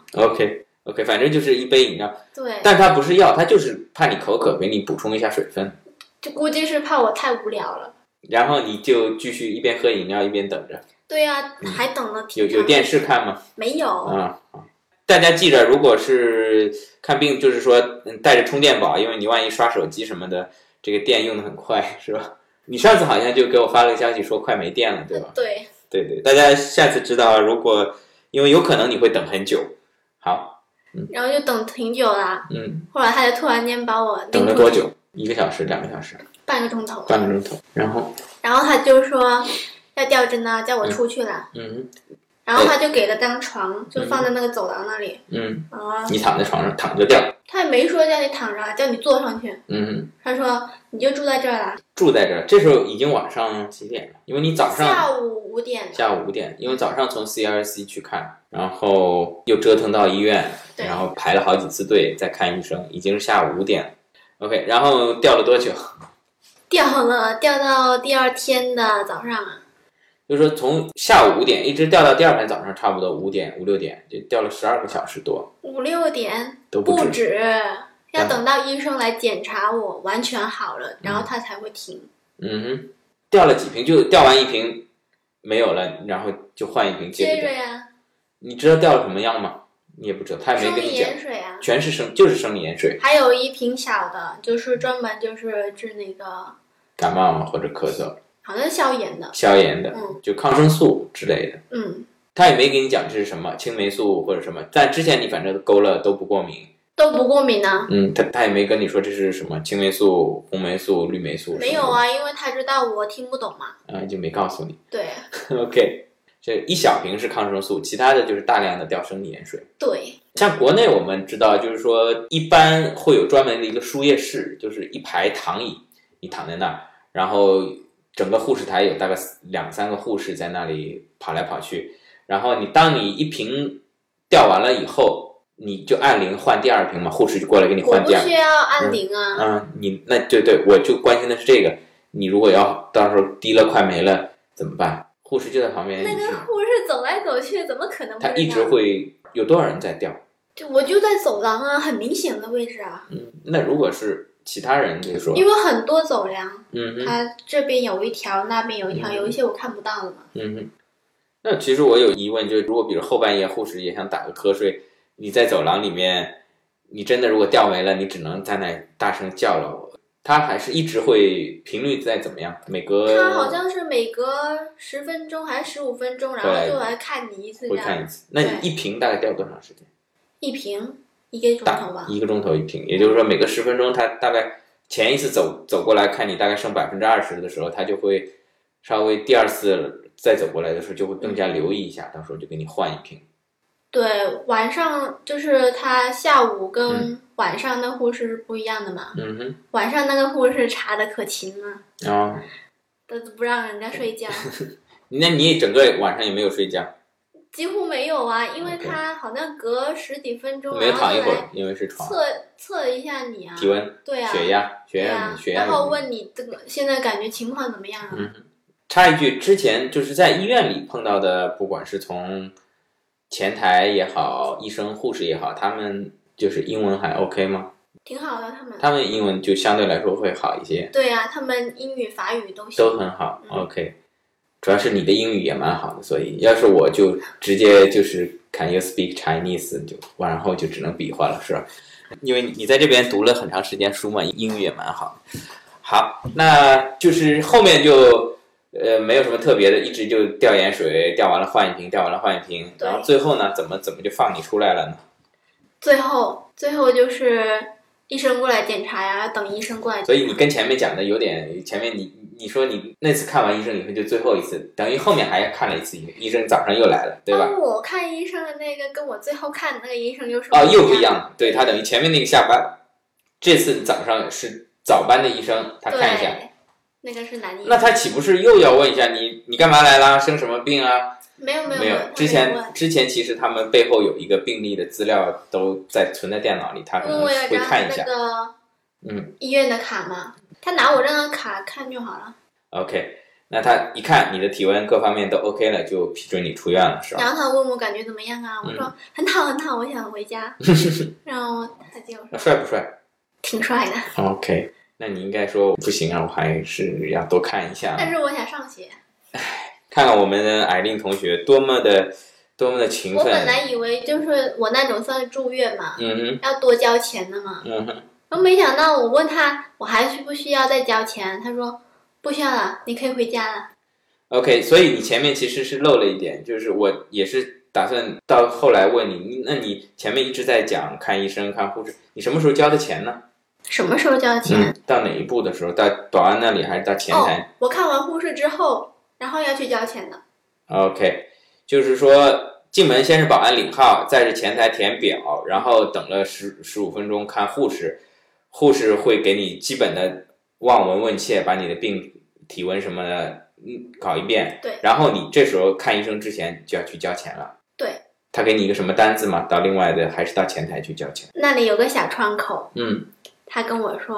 [SPEAKER 2] OK， 反正就是一杯饮料。
[SPEAKER 3] 对，
[SPEAKER 2] 但它不是药，它就是怕你口渴，给你补充一下水分。
[SPEAKER 3] 就估计是怕我太无聊了。
[SPEAKER 2] 然后你就继续一边喝饮料一边等着。
[SPEAKER 3] 对呀，还等了挺长。
[SPEAKER 2] 有电视看吗？
[SPEAKER 3] 没有。
[SPEAKER 2] 大家记着，如果是看病，就是说带着充电宝，因为你万一刷手机什么的，这个电用的很快，是吧？你上次好像就给我发了个消息说快没电了，对吧？对，大家下次知道，因为有可能你会等很久。好，
[SPEAKER 3] 然后就等挺久了。后来他就突然间把我
[SPEAKER 2] 等了多久？1个小时、2个小时？
[SPEAKER 3] 半个钟头。
[SPEAKER 2] 然后
[SPEAKER 3] 他就说要吊针呢，叫我出去了。然后他就给了张床，就放在那个走廊那里。
[SPEAKER 2] 你躺在床上躺着吊。
[SPEAKER 3] 他也没说叫你躺着，叫你坐上去。他说你就住在这儿了。
[SPEAKER 2] 住在这儿，这时候已经晚上几点了？因为你早上
[SPEAKER 3] 下午5点。
[SPEAKER 2] 下午5点，因为早上从 CRC 去看，然后又折腾到医院，然后排了好几次队再看医生，已经是下午5点。OK， 然后吊了多久？
[SPEAKER 3] 吊到第2天的早上。
[SPEAKER 2] 就是说从下午5点一直调到第二天早上差不多5点5、6点，就调了12个小时多。
[SPEAKER 3] 5、6点
[SPEAKER 2] 都
[SPEAKER 3] 不止，要等到医生来检查我完全好了，然后他才会停。
[SPEAKER 2] 调了几瓶？就调完1瓶没有了，然后就换1瓶
[SPEAKER 3] 接着呀。
[SPEAKER 2] 你知道调了什么样吗？你也不知道，他也没跟你讲。
[SPEAKER 3] 生理盐水啊，
[SPEAKER 2] 全是就是生理盐水。
[SPEAKER 3] 还有1瓶小的，就是专门就是治那个
[SPEAKER 2] 感冒嘛或者咳嗽，
[SPEAKER 3] 好像是消炎的。
[SPEAKER 2] 消炎的，就抗生素之类的。他也没给你讲这是什么青霉素或者什么，但之前你反正勾了都不过敏。
[SPEAKER 3] 都不过敏啊。
[SPEAKER 2] 他也没跟你说这是什么青霉素、红霉素、绿霉素。
[SPEAKER 3] 没有啊，因为他知道我听不懂嘛。
[SPEAKER 2] 就没告诉你。
[SPEAKER 3] 对。
[SPEAKER 2] OK。这1小瓶是抗生素，其他的就是大量的调生理盐水。
[SPEAKER 3] 对，
[SPEAKER 2] 像国内我们知道，就是说一般会有专门的一个输液室，就是一排躺椅，你躺在那儿，然后整个护士台有大概2、3个护士在那里跑来跑去，然后当你1瓶调完了以后，你就按铃换第2瓶嘛，护士就过来给你换第2瓶。
[SPEAKER 3] 我不需要按铃啊。
[SPEAKER 2] 那对，我就关心的是这个，你如果要到时候滴了快没了怎么办？护士就在旁边。
[SPEAKER 3] 那个护士走来走去，怎么可能不知道？
[SPEAKER 2] 他一直会有多少人在调？
[SPEAKER 3] 我就在走廊啊，很明显的位置啊。
[SPEAKER 2] 那如果是其他人，就是说，
[SPEAKER 3] 因为很多走廊，他这边有一条，那边有一条，有一些我看不到的嘛。
[SPEAKER 2] 那其实我有疑问，就是如果比如后半夜护士也想打个瞌睡，你在走廊里面，你真的如果调没了，你只能在那大声叫了。他还是一直会频率在怎么样？他
[SPEAKER 3] 好像是每隔10分钟还是15分钟，然后就来看你一次。
[SPEAKER 2] 会看一次。那你1瓶大概调多长时间
[SPEAKER 3] ？1瓶1个钟头吧。1
[SPEAKER 2] 个钟头1瓶，也就是说每隔10分钟，他大概前一次走过来看你大概剩20%的时候，他就会稍微第2次再走过来的时候就会更加留意一下，到时候就给你换1瓶。
[SPEAKER 3] 对，晚上就是他下午跟晚上的护士是不一样的嘛。晚上那个护士查的可勤了。都不让人家睡觉。
[SPEAKER 2] 那你整个晚上也没有睡觉？
[SPEAKER 3] 几乎没有啊，因为他好像隔10几分钟，
[SPEAKER 2] 没有躺一会儿，因为是床
[SPEAKER 3] 测一下你啊，
[SPEAKER 2] 体温，
[SPEAKER 3] 对啊，
[SPEAKER 2] 血压，
[SPEAKER 3] 然后问你这个现在感觉情况怎么样啊？
[SPEAKER 2] 插一句，之前就是在医院里碰到的，不管是从前台也好，医生、护士也好，他们就是英文还 OK 吗？
[SPEAKER 3] 挺好的，
[SPEAKER 2] 他们英文就相对来说会好一些。
[SPEAKER 3] 对啊，他们英语、法语都行，
[SPEAKER 2] 都很好。OK， 主要是你的英语也蛮好的，所以要是我就直接就是 Can you speak Chinese 就然后就只能比划了，是吧？因为你在这边读了很长时间书嘛，英语也蛮好。好，那就是后面就没有什么特别的，一直就调盐水，调完了换1瓶，调完了换1瓶，然后最后呢，怎么就放你出来了呢？
[SPEAKER 3] 最后就是医生过来检查呀，要等医生过来检查。
[SPEAKER 2] 所以你跟前面讲的有点，前面你说你那次看完医生以后就最后一次，等于后面还看了1次医生早上又来了，对吧？
[SPEAKER 3] 我看医生的那个跟我最后看的那个医生又是
[SPEAKER 2] 又不一样，对，他等于前面那个下班，这次早上是早班的医生，他看一下。
[SPEAKER 3] 那个是男医生。
[SPEAKER 2] 那他岂不是又要问一下你干嘛来啦？生什么病啊？
[SPEAKER 3] 没有，
[SPEAKER 2] 之前其实他们背后有一个病例的资料都存在电脑里，他可能会看一下。
[SPEAKER 3] 那个医院的卡嘛，他拿我这张卡看就好了。
[SPEAKER 2] OK， 那他一看你的体温各方面都 OK 了，就批准你出院了，是吧？
[SPEAKER 3] 然后他问我感觉怎么样啊？我说很好很好，我想回家。然后他就说
[SPEAKER 2] 帅不帅？
[SPEAKER 3] 挺帅的。
[SPEAKER 2] OK， 那你应该说不行啊，我还是要多看一下。
[SPEAKER 3] 但是我想上学。
[SPEAKER 2] 看看我们的艾琳同学多么的勤奋。
[SPEAKER 3] 我本来以为就是我那种算是住院嘛，要多交钱的嘛。然后没想到我问他我还需不需要再交钱，他说不需要了，你可以回家了。
[SPEAKER 2] OK， 所以你前面其实是漏了一点，就是我也是打算到后来问你，那你前面一直在讲看医生看护士，你什么时候交的钱呢？
[SPEAKER 3] 什么时候交的钱？
[SPEAKER 2] 到哪一步的时候？到保安那里还是到前台？
[SPEAKER 3] 我看完护士之后然后要去交钱的。
[SPEAKER 2] OK， 就是说进门先是保安领号，再是前台填表，然后等了15分钟看护士，护士会给你基本的望闻问切，把你的病体温什么的搞一遍。
[SPEAKER 3] 对，
[SPEAKER 2] 然后你这时候看医生之前就要去交钱了。
[SPEAKER 3] 对，
[SPEAKER 2] 他给你一个什么单子吗？到另外的还是到前台去交钱？
[SPEAKER 3] 那里有个小窗口，他跟我说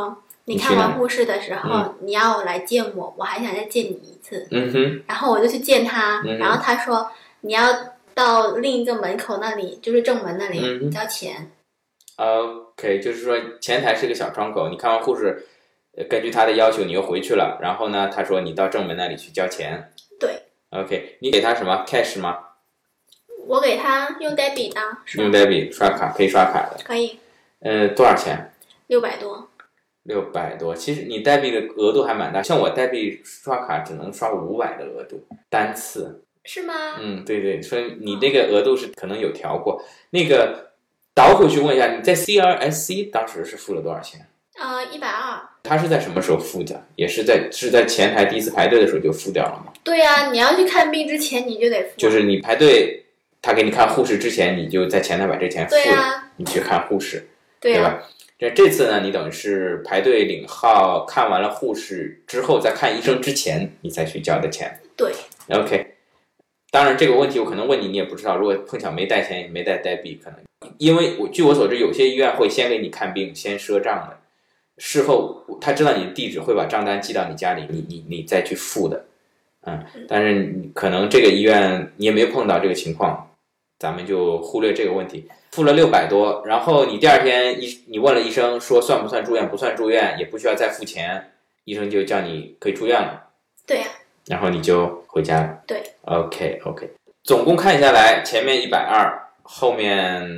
[SPEAKER 3] 你看完护士的时候，你要来见我，我还想再见你一次。然后我就去见他，然后他说你要到另一个门口那里，就是正门那里交钱。
[SPEAKER 2] OK， 就是说前台是个小窗口，你看完护士，根据他的要求你又回去了，然后呢，他说你到正门那里去交钱。
[SPEAKER 3] 对。
[SPEAKER 2] OK， 你给他什么 cash 吗？
[SPEAKER 3] 我给他用 debit 的。
[SPEAKER 2] 用 debit 刷卡可以刷卡的。
[SPEAKER 3] 可以。
[SPEAKER 2] 多少钱
[SPEAKER 3] ？600多。
[SPEAKER 2] 600多，其实你debit的额度还蛮大，像我debit刷卡只能刷500的额度单次。
[SPEAKER 3] 是吗？
[SPEAKER 2] 对对，所以你这个额度是可能有调过。那个倒回去问一下，你在 CRSC 当时是付了多少钱
[SPEAKER 3] ？120。
[SPEAKER 2] 他是在什么时候付的？也是在前台第一次排队的时候就付掉了吗？
[SPEAKER 3] 对啊，你要去看病之前你就得付。
[SPEAKER 2] 就是你排队，他给你看护士之前，你就在前台把这钱付了，
[SPEAKER 3] 对啊，
[SPEAKER 2] 你去看护士，
[SPEAKER 3] 对
[SPEAKER 2] 吧？这次呢，你等于是排队领号，看完了护士之后，在看医生之前，你再去交的钱。
[SPEAKER 3] 对。
[SPEAKER 2] OK。当然这个问题我可能问你，你也不知道。如果碰巧没带钱，也没带debit，可能因为据我所知，有些医院会先给你看病，先赊账的，事后他知道你的地址，会把账单寄到你家里，你再去付的。但是可能这个医院你也没有碰到这个情况，咱们就忽略这个问题。付了600多，然后你第二天你问了医生说算不算住院，不算住院，也不需要再付钱，医生就叫你可以出院了。
[SPEAKER 3] 对呀。
[SPEAKER 2] 然后你就回家了。
[SPEAKER 3] 对。
[SPEAKER 2] OK， 总共看下来，前面120，后面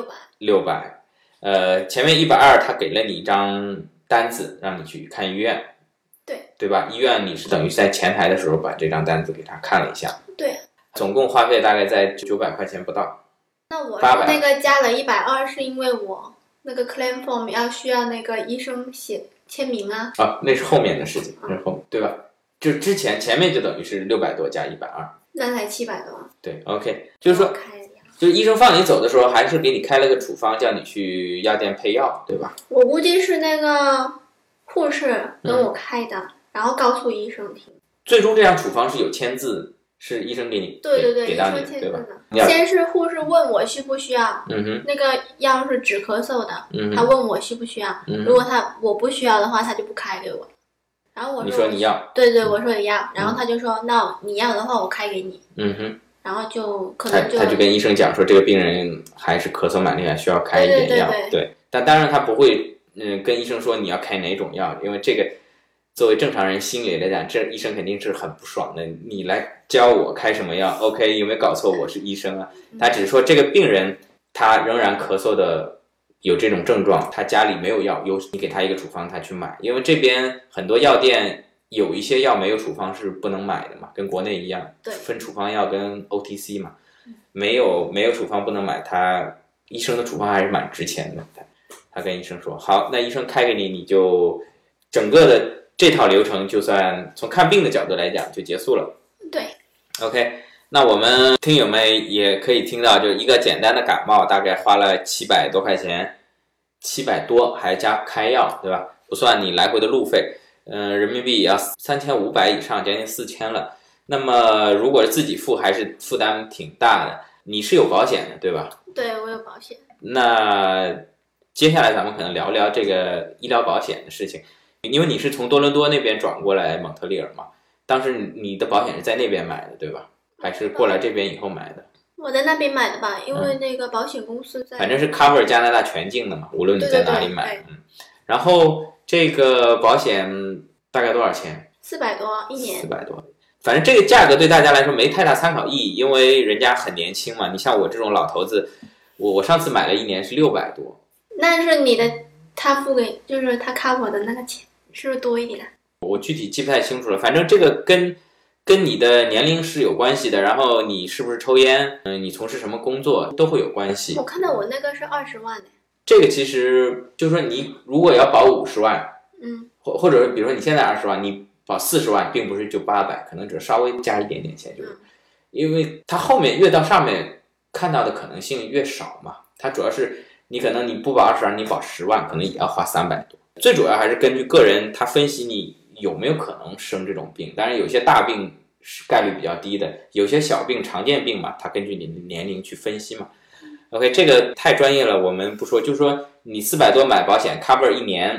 [SPEAKER 2] 600。前面120，他给了你一张单子，让你去看医院。对吧？医院你是等于在前台的时候把这张单子给他看了一下。
[SPEAKER 3] 对。
[SPEAKER 2] 总共花费大概在900块钱不到。
[SPEAKER 3] 那我是那个加了120，是因为我那个 claim form 需要那个医生签名啊。
[SPEAKER 2] 那是后面的事情，那是后面，对吧？就之前面就等于是600多加120，
[SPEAKER 3] 那才700多。
[SPEAKER 2] 对 ，OK， 就是说，就是医生放你走的时候，还是给你开了个处方，叫你去药店配药，对吧？
[SPEAKER 3] 我估计是那个护士跟我开的，然后告诉医生听。
[SPEAKER 2] 最终这张处方是有签字，是医生给你
[SPEAKER 3] 对，
[SPEAKER 2] 给到你的，对吧？
[SPEAKER 3] 先是护士问我需不需要，那个药是止咳嗽的，他问我需不需要，如果我不需要的话，他就不开给我。然后
[SPEAKER 2] 你说你要，
[SPEAKER 3] 对，我说你要，然后他就说那你要的话我开给你。然后就可能
[SPEAKER 2] 他就跟医生讲说这个病人还是咳嗽蛮厉害，需要开一点药。对，但当然他不会跟医生说你要开哪种药，因为这个作为正常人心里来讲，这医生肯定是很不爽的，你来教我开什么药 OK， 有没有搞错？我是医生啊。他只是说这个病人他仍然咳嗽的有这种症状，他家里没有药，你给他一个处方他去买，因为这边很多药店有一些药没有处方是不能买的嘛，跟国内一样，分处方药跟 OTC 嘛，没有处方不能买，他医生的处方还是蛮值钱的。他跟医生说好，那医生开给你，你就整个的这套流程就算从看病的角度来讲就结束了。
[SPEAKER 3] 对
[SPEAKER 2] OK， 那我们听友们也可以听到，就一个简单的感冒大概花了700多块钱，700多还加开药，对吧？不算你来回的路费，人民币也要3500以上，将近4000了。那么如果自己付还是负担挺大的。你是有保险的对吧？
[SPEAKER 3] 对，我有保险。
[SPEAKER 2] 那接下来咱们可能聊聊这个医疗保险的事情，因为你是从多伦多那边转过来蒙特利尔嘛，当时你的保险是在那边买的对吧？还是过来这边以后买的？
[SPEAKER 3] 我在那边买的吧，因为那个保险公司在，
[SPEAKER 2] 反正是 cover 加拿大全境的嘛，无论你在哪里买。然后这个保险大概多少钱
[SPEAKER 3] ？400多一年。
[SPEAKER 2] 400多，反正这个价格对大家来说没太大参考意义，因为人家很年轻嘛。你像我这种老头子，我上次买了一年是600多。
[SPEAKER 3] 那是你的，他付给就是他 cover 的那个钱是不是多一点？
[SPEAKER 2] 我具体记不太清楚了，反正这个跟你的年龄是有关系的，然后你是不是抽烟，你从事什么工作都会有关系。
[SPEAKER 3] 我看到我那个是20万的。
[SPEAKER 2] 这个其实就是说你如果要保50万，或者比如说你现在20万，你保40万，并不是就800，可能只是稍微加一点点钱，就是因为它后面越到上面看到的可能性越少嘛。它主要是你可能你不保20万，你保10万，可能也要花300多。最主要还是根据个人，他分析你有没有可能生这种病。当然有些大病是概率比较低的，有些小病常见病嘛，它根据你的年龄去分析嘛。OK， 这个太专业了，我们不说，就说你400多买保险 cover 一年，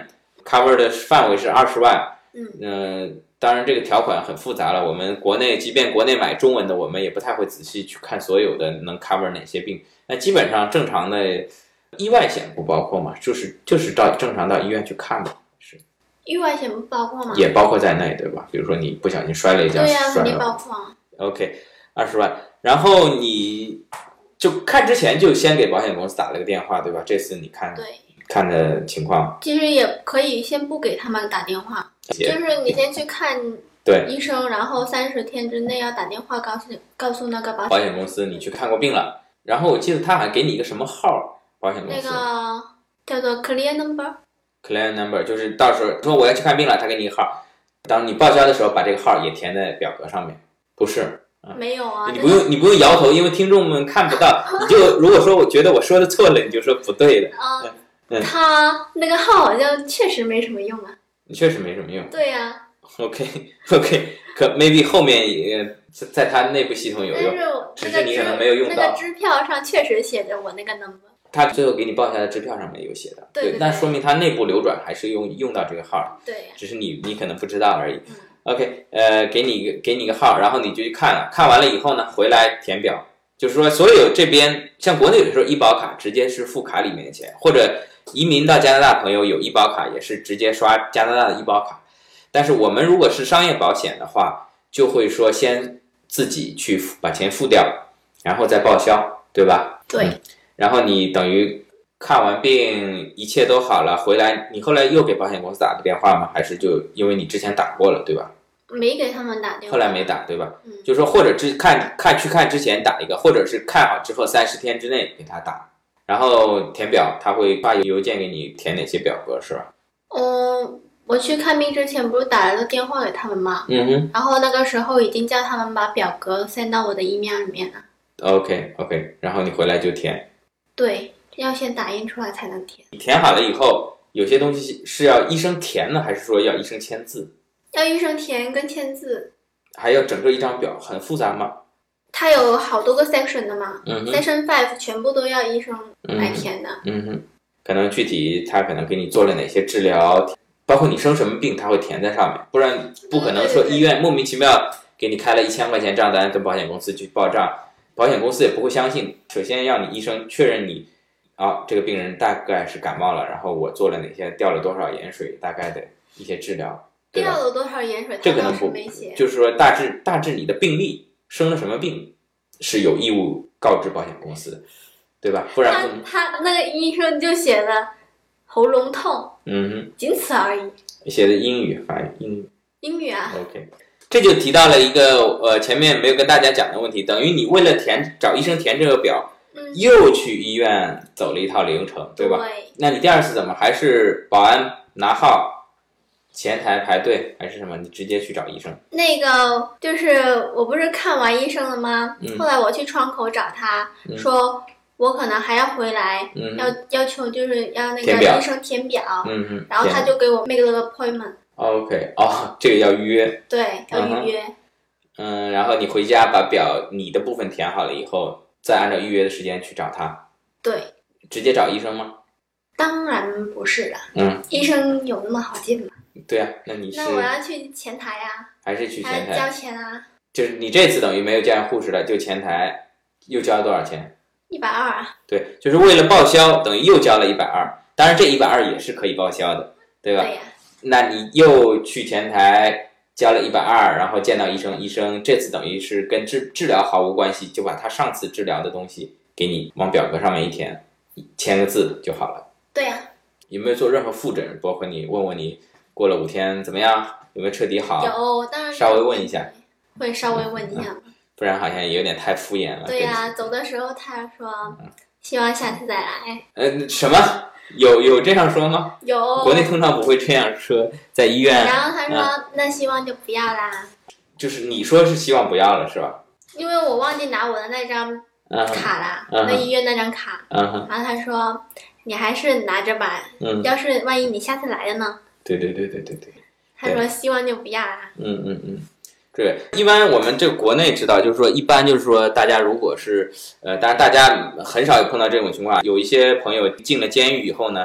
[SPEAKER 2] cover 的范围是20万。当然这个条款很复杂了，我们国内即便国内买中文的，我们也不太会仔细去看所有的能 cover 哪些病。那基本上正常的意外险不包括嘛，就是正常到医院去看嘛。是
[SPEAKER 3] 意外险不包括吗？
[SPEAKER 2] 也包括在内，对吧？比如说你不小心摔了一跤，
[SPEAKER 3] 对呀，肯定包括。
[SPEAKER 2] OK， 20万，然后你就看之前就先给保险公司打了个电话，对吧？这次你看的情况，
[SPEAKER 3] 其实也可以先不给他们打电话，就是你先去看医生，然后30天之内要打电话告诉那个保
[SPEAKER 2] 险公司你去看过病了，然后我记得他好像给你一个什么号，保险公司
[SPEAKER 3] 那个叫做 clear number，
[SPEAKER 2] 就是到时候说我要去看病了，他给你一个号，当你报销的时候把这个号也填在表格上面，不是？
[SPEAKER 3] 没有啊，
[SPEAKER 2] 你不用摇头，因为听众们看不到，你就如果说我觉得我说的错了，你就说不对的。
[SPEAKER 3] 他那个号好像确实没什么用啊。
[SPEAKER 2] 确实没什么用。
[SPEAKER 3] 对呀。
[SPEAKER 2] OK， 可 maybe 后面也在他内部系统有用，只是你可能没有用到。
[SPEAKER 3] 那个支票上确实写着我那个 number。
[SPEAKER 2] 他最后给你报销的支票上面有写的，
[SPEAKER 3] 对，
[SPEAKER 2] 那说明他内部流转还是用到这个号，
[SPEAKER 3] 对，
[SPEAKER 2] 只是你可能不知道而已。OK， 给你一个号，然后你就去看了，看完了以后呢，回来填表，就是说所有这边像国内有的时候医保卡直接是付卡里面的钱，或者移民到加拿大朋友有医保卡也是直接刷加拿大的医保卡，但是我们如果是商业保险的话，就会说先自己去把钱付掉，然后再报销，对吧？
[SPEAKER 3] 对。
[SPEAKER 2] 然后你等于看完病一切都好了，回来你后来又给保险公司打个电话吗？还是就因为你之前打过了，对吧？
[SPEAKER 3] 没给他们打电话。
[SPEAKER 2] 后来没打，对吧？就是说或者去看之前打一个，或者是看好之后30天之内给他打，然后填表，他会发邮件给你填哪些表格，是吧？
[SPEAKER 3] 我去看病之前不是打了个电话给他们吗？然后那个时候已经叫他们把表格send到我的 email 里面了。OK，
[SPEAKER 2] 然后你回来就填。
[SPEAKER 3] 对，要先打印出来才能填。
[SPEAKER 2] 填好了以后，有些东西是要医生填呢，还是说要医生签字？
[SPEAKER 3] 要医生填跟签字。
[SPEAKER 2] 还要整个一张表，很复杂吗？
[SPEAKER 3] 它有好多个 section 的嘛，section 5全部都要医生来填的。
[SPEAKER 2] 可能具体他可能给你做了哪些治疗，包括你生什么病，他会填在上面，不然不可能说医院莫名其妙给你开了1000块钱账单，跟保险公司去报账。保险公司也不会相信，首先要你医生确认你这个病人大概是感冒了，然后我做了哪些，掉了多少盐水，大概的一些治疗，对吧？
[SPEAKER 3] 掉了多少盐水，
[SPEAKER 2] 这可能不，就是说大致你的病历，生了什么病是有义务告知保险公司的，对吧？不然
[SPEAKER 3] 他那个医生就写了喉咙痛，仅此而已。
[SPEAKER 2] 写的英语，发英语
[SPEAKER 3] 啊。
[SPEAKER 2] OK。这就提到了一个前面没有跟大家讲的问题，等于你为了找医生填这个表，又去医院走了一套流程，对吧？
[SPEAKER 3] 对。
[SPEAKER 2] 那你第二次怎么还是保安拿号，前台排队还是什么？你直接去找医生？
[SPEAKER 3] 那个就是我不是看完医生了吗？后来我去窗口找他，说我可能还要回来，要求就是要那个医生填表，然后他就给我 make 了个 appointment。
[SPEAKER 2] OK， 这个要预约。
[SPEAKER 3] 对，要预约。
[SPEAKER 2] 然后你回家把表你的部分填好了以后，再按照预约的时间去找他。
[SPEAKER 3] 对。
[SPEAKER 2] 直接找医生吗？
[SPEAKER 3] 当然不是了。医生有那么好进吗？
[SPEAKER 2] 对啊，那我
[SPEAKER 3] 要去前台啊。
[SPEAKER 2] 还是去前台？
[SPEAKER 3] 交钱啊。
[SPEAKER 2] 就是你这次等于没有见护士了，就前台又交了多少钱
[SPEAKER 3] ？120啊。
[SPEAKER 2] 对，就是为了报销，等于又交了120。当然这120也是可以报销的，对吧？
[SPEAKER 3] 对呀。
[SPEAKER 2] 那你又去前台交了120，然后见到医生，医生这次等于是跟治疗毫无关系，就把他上次治疗的东西给你往表格上面一填，签个字就好了。
[SPEAKER 3] 对呀。
[SPEAKER 2] 有没有做任何复诊？包括你问你过了5天怎么样，有没有彻底好？
[SPEAKER 3] 有，当然
[SPEAKER 2] 稍微问一下。
[SPEAKER 3] 会稍微问一下。
[SPEAKER 2] 不然好像有点太敷衍了。
[SPEAKER 3] 对呀，走的时候他说希望下次再来。
[SPEAKER 2] 什么？有这样说吗？
[SPEAKER 3] 有。
[SPEAKER 2] 国内通常不会这样说，在医院。
[SPEAKER 3] 然后他说那希望就不要啦。
[SPEAKER 2] 就是你说是希望不要了是吧？
[SPEAKER 3] 因为我忘记拿我的那张卡了，那医院那张卡。然后他说你还是拿着吧，要是万一你下次来了呢？
[SPEAKER 2] 对。
[SPEAKER 3] 他说希望就不要啦。
[SPEAKER 2] 对，一般我们这个国内知道，就是说一般就是说大家如果是当然大家很少有碰到这种情况，有一些朋友进了监狱以后呢，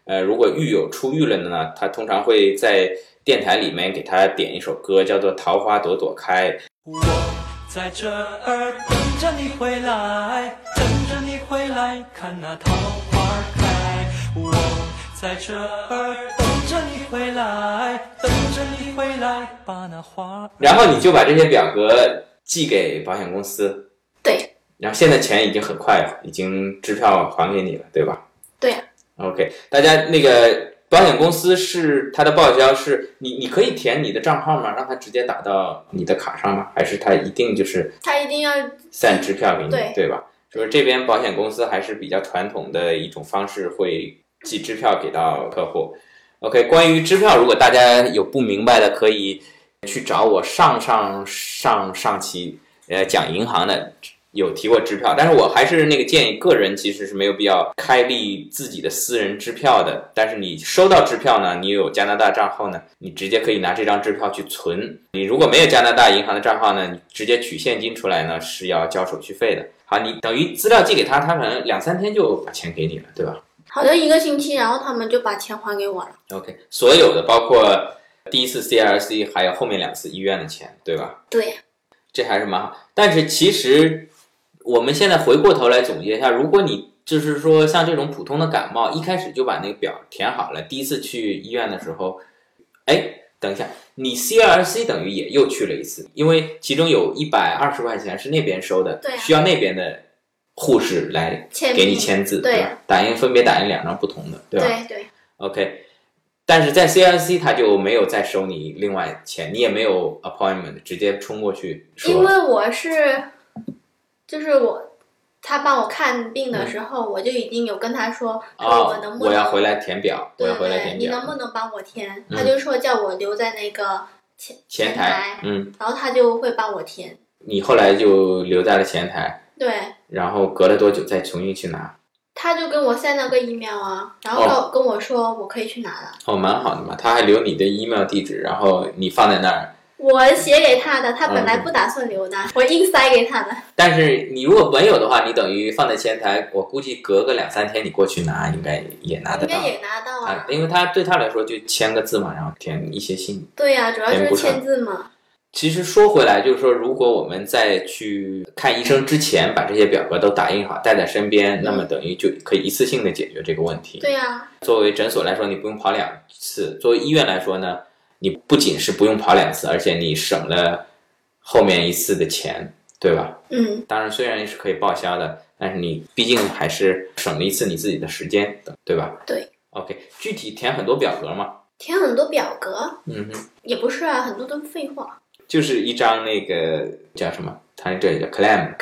[SPEAKER 2] 如果狱友出狱了呢，他通常会在电台里面给他点一首歌，叫做《桃花朵朵开》。
[SPEAKER 4] 我在这儿等着你回来，等着你回来，看那桃花开。我在这儿等着你回来，等着你回来，把那花。
[SPEAKER 2] 然后你就把这些表格寄给保险公司。
[SPEAKER 3] 对。
[SPEAKER 2] 然后现在钱已经很快了，已经支票还给你了，对吧？
[SPEAKER 3] 对。
[SPEAKER 2] OK， 大家那个保险公司是它的报销是你可以填你的账号吗？让它直接打到你的卡上吗？还是它一定就是
[SPEAKER 3] 它一定要
[SPEAKER 2] 散支票给你，
[SPEAKER 3] 对
[SPEAKER 2] 吧？就是这边保险公司还是比较传统的一种方式，会寄支票给到客户。OK， 关于支票，如果大家有不明白的，可以去找我上期讲银行的。有提过支票，但是我还是那个建议个人其实是没有必要开立自己的私人支票的，但是你收到支票呢，你有加拿大账号呢，你直接可以拿这张支票去存。你如果没有加拿大银行的账号呢，你直接取现金出来呢是要交手续费的。好，你等于资料寄给他，他可能2-3天就把钱给你了，对吧？
[SPEAKER 3] 好像1个星期，然后他们就把钱还给我了。
[SPEAKER 2] OK， 所有的包括第一次 CRC 还有后面2次医院的钱，对吧？
[SPEAKER 3] 对，
[SPEAKER 2] 这还是蛮好。但是其实我们现在回过头来总结一下，如果你就是说像这种普通的感冒，一开始就把那个表填好了，第一次去医院的时候，等一下，你 CRC 等于也又去了一次，因为其中有120块钱是那边收的，
[SPEAKER 3] 对啊，
[SPEAKER 2] 需要那边的护士来给你签字，对吧？分别打印2张不同的，对吧？
[SPEAKER 3] 对。
[SPEAKER 2] OK， 但是在 CRC 他就没有再收你另外钱，你也没有 appointment， 直接冲过去说。
[SPEAKER 3] 因为我是。就是他帮我看病的时候，我就已经有跟他说，我能不能
[SPEAKER 2] 我要回来填表，
[SPEAKER 3] 对，
[SPEAKER 2] 我要回来填表，
[SPEAKER 3] 你能不能帮我填？他就说叫我留在那个前台，然后他就会帮我填。
[SPEAKER 2] 你后来就留在了前台，
[SPEAKER 3] 对，
[SPEAKER 2] 然后隔了多久再重新去拿？
[SPEAKER 3] 他就跟我send了个 email 啊，然后跟我说我可以去拿了。
[SPEAKER 2] 蛮好的嘛，他还留你的 email 地址，然后你放在那儿。
[SPEAKER 3] 我写给他的，他本来不打算留的，我硬塞给他的。
[SPEAKER 2] 但是你如果没有的话，你等于放在前台，我估计隔个2-3天你过去拿，应该也拿得到。
[SPEAKER 3] 应该也拿到啊，
[SPEAKER 2] 因为对他来说就签个字嘛，然后填一些信。
[SPEAKER 3] 对呀，主要就是签字嘛。
[SPEAKER 2] 其实说回来，就是说，如果我们在去看医生之前把这些表格都打印好带在身边，那么等于就可以一次性的解决这个问题。
[SPEAKER 3] 对呀。作
[SPEAKER 2] 为诊所来说，你不用跑2次；作为医院来说呢，你不仅是不用跑2次，而且你省了后面1次的钱，对吧？当然虽然是可以报销的，但是你毕竟还是省了1次你自己的时间，对吧？
[SPEAKER 3] 对。
[SPEAKER 2] OK， 具体填很多表格吗？
[SPEAKER 3] 填很多表格？也不是啊，很多都废话。就是
[SPEAKER 2] 一张那个叫什么？它这里叫 claim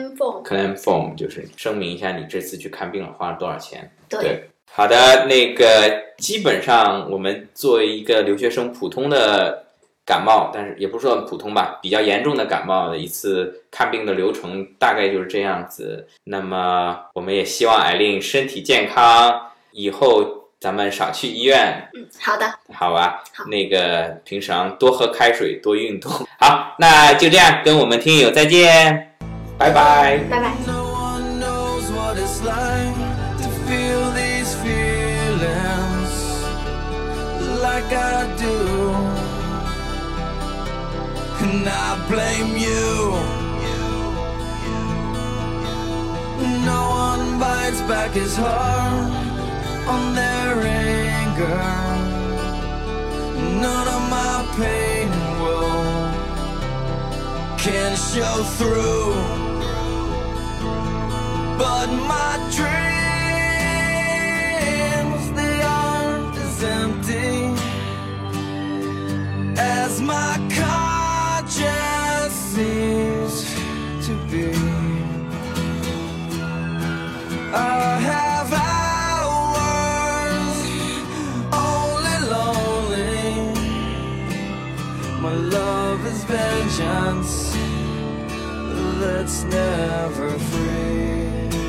[SPEAKER 2] form， 就是声明一下你这次去看病了花了多少钱。对。好的，那个基本上我们作为一个留学生，普通的感冒，但是也不是说普通吧，比较严重的感冒的一次看病的流程大概就是这样子。那么我们也希望艾琳身体健康，以后咱们少去医院。
[SPEAKER 3] 好的。
[SPEAKER 2] 好吧。好。那个平常多喝开水，多运动。好，那就这样，跟我们听友再见，拜拜。
[SPEAKER 3] 拜拜。
[SPEAKER 1] Like I do, and I blame you. No one bites back as hard on their anger. None of my pain and woe can show through, but my dreams, they aren't as empty as my conscience seems to be. I have hours only lonely. My love is vengeance that's never free.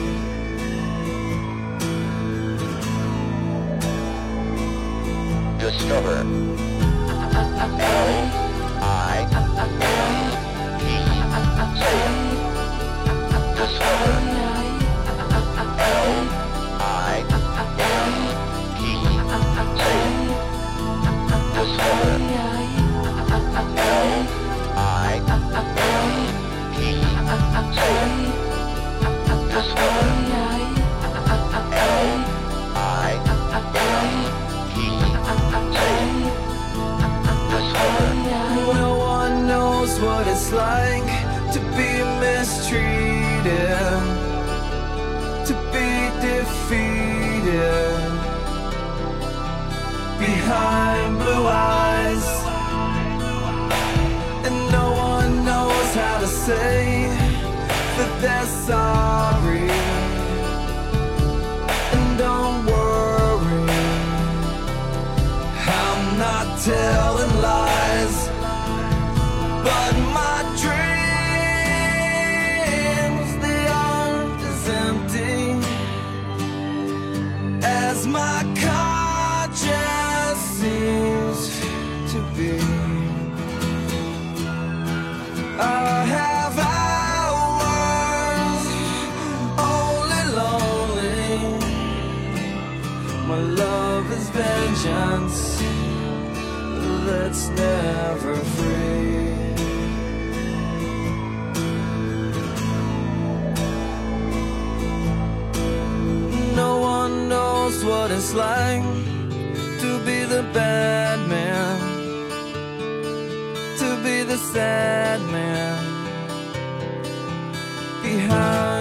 [SPEAKER 5] Discover Discover
[SPEAKER 1] No one knows what it's like to be mistreated, to be defeated behind blue eyes, and no one knows how to say that they're sorry. And don't worry, I'm not telling lies, but my dreams, they aren't as empty as my conscience seems to be. I have hours only lonely. My love is vengeance that's never free. No one knows what it's like to be the bad man, to be the sad man behind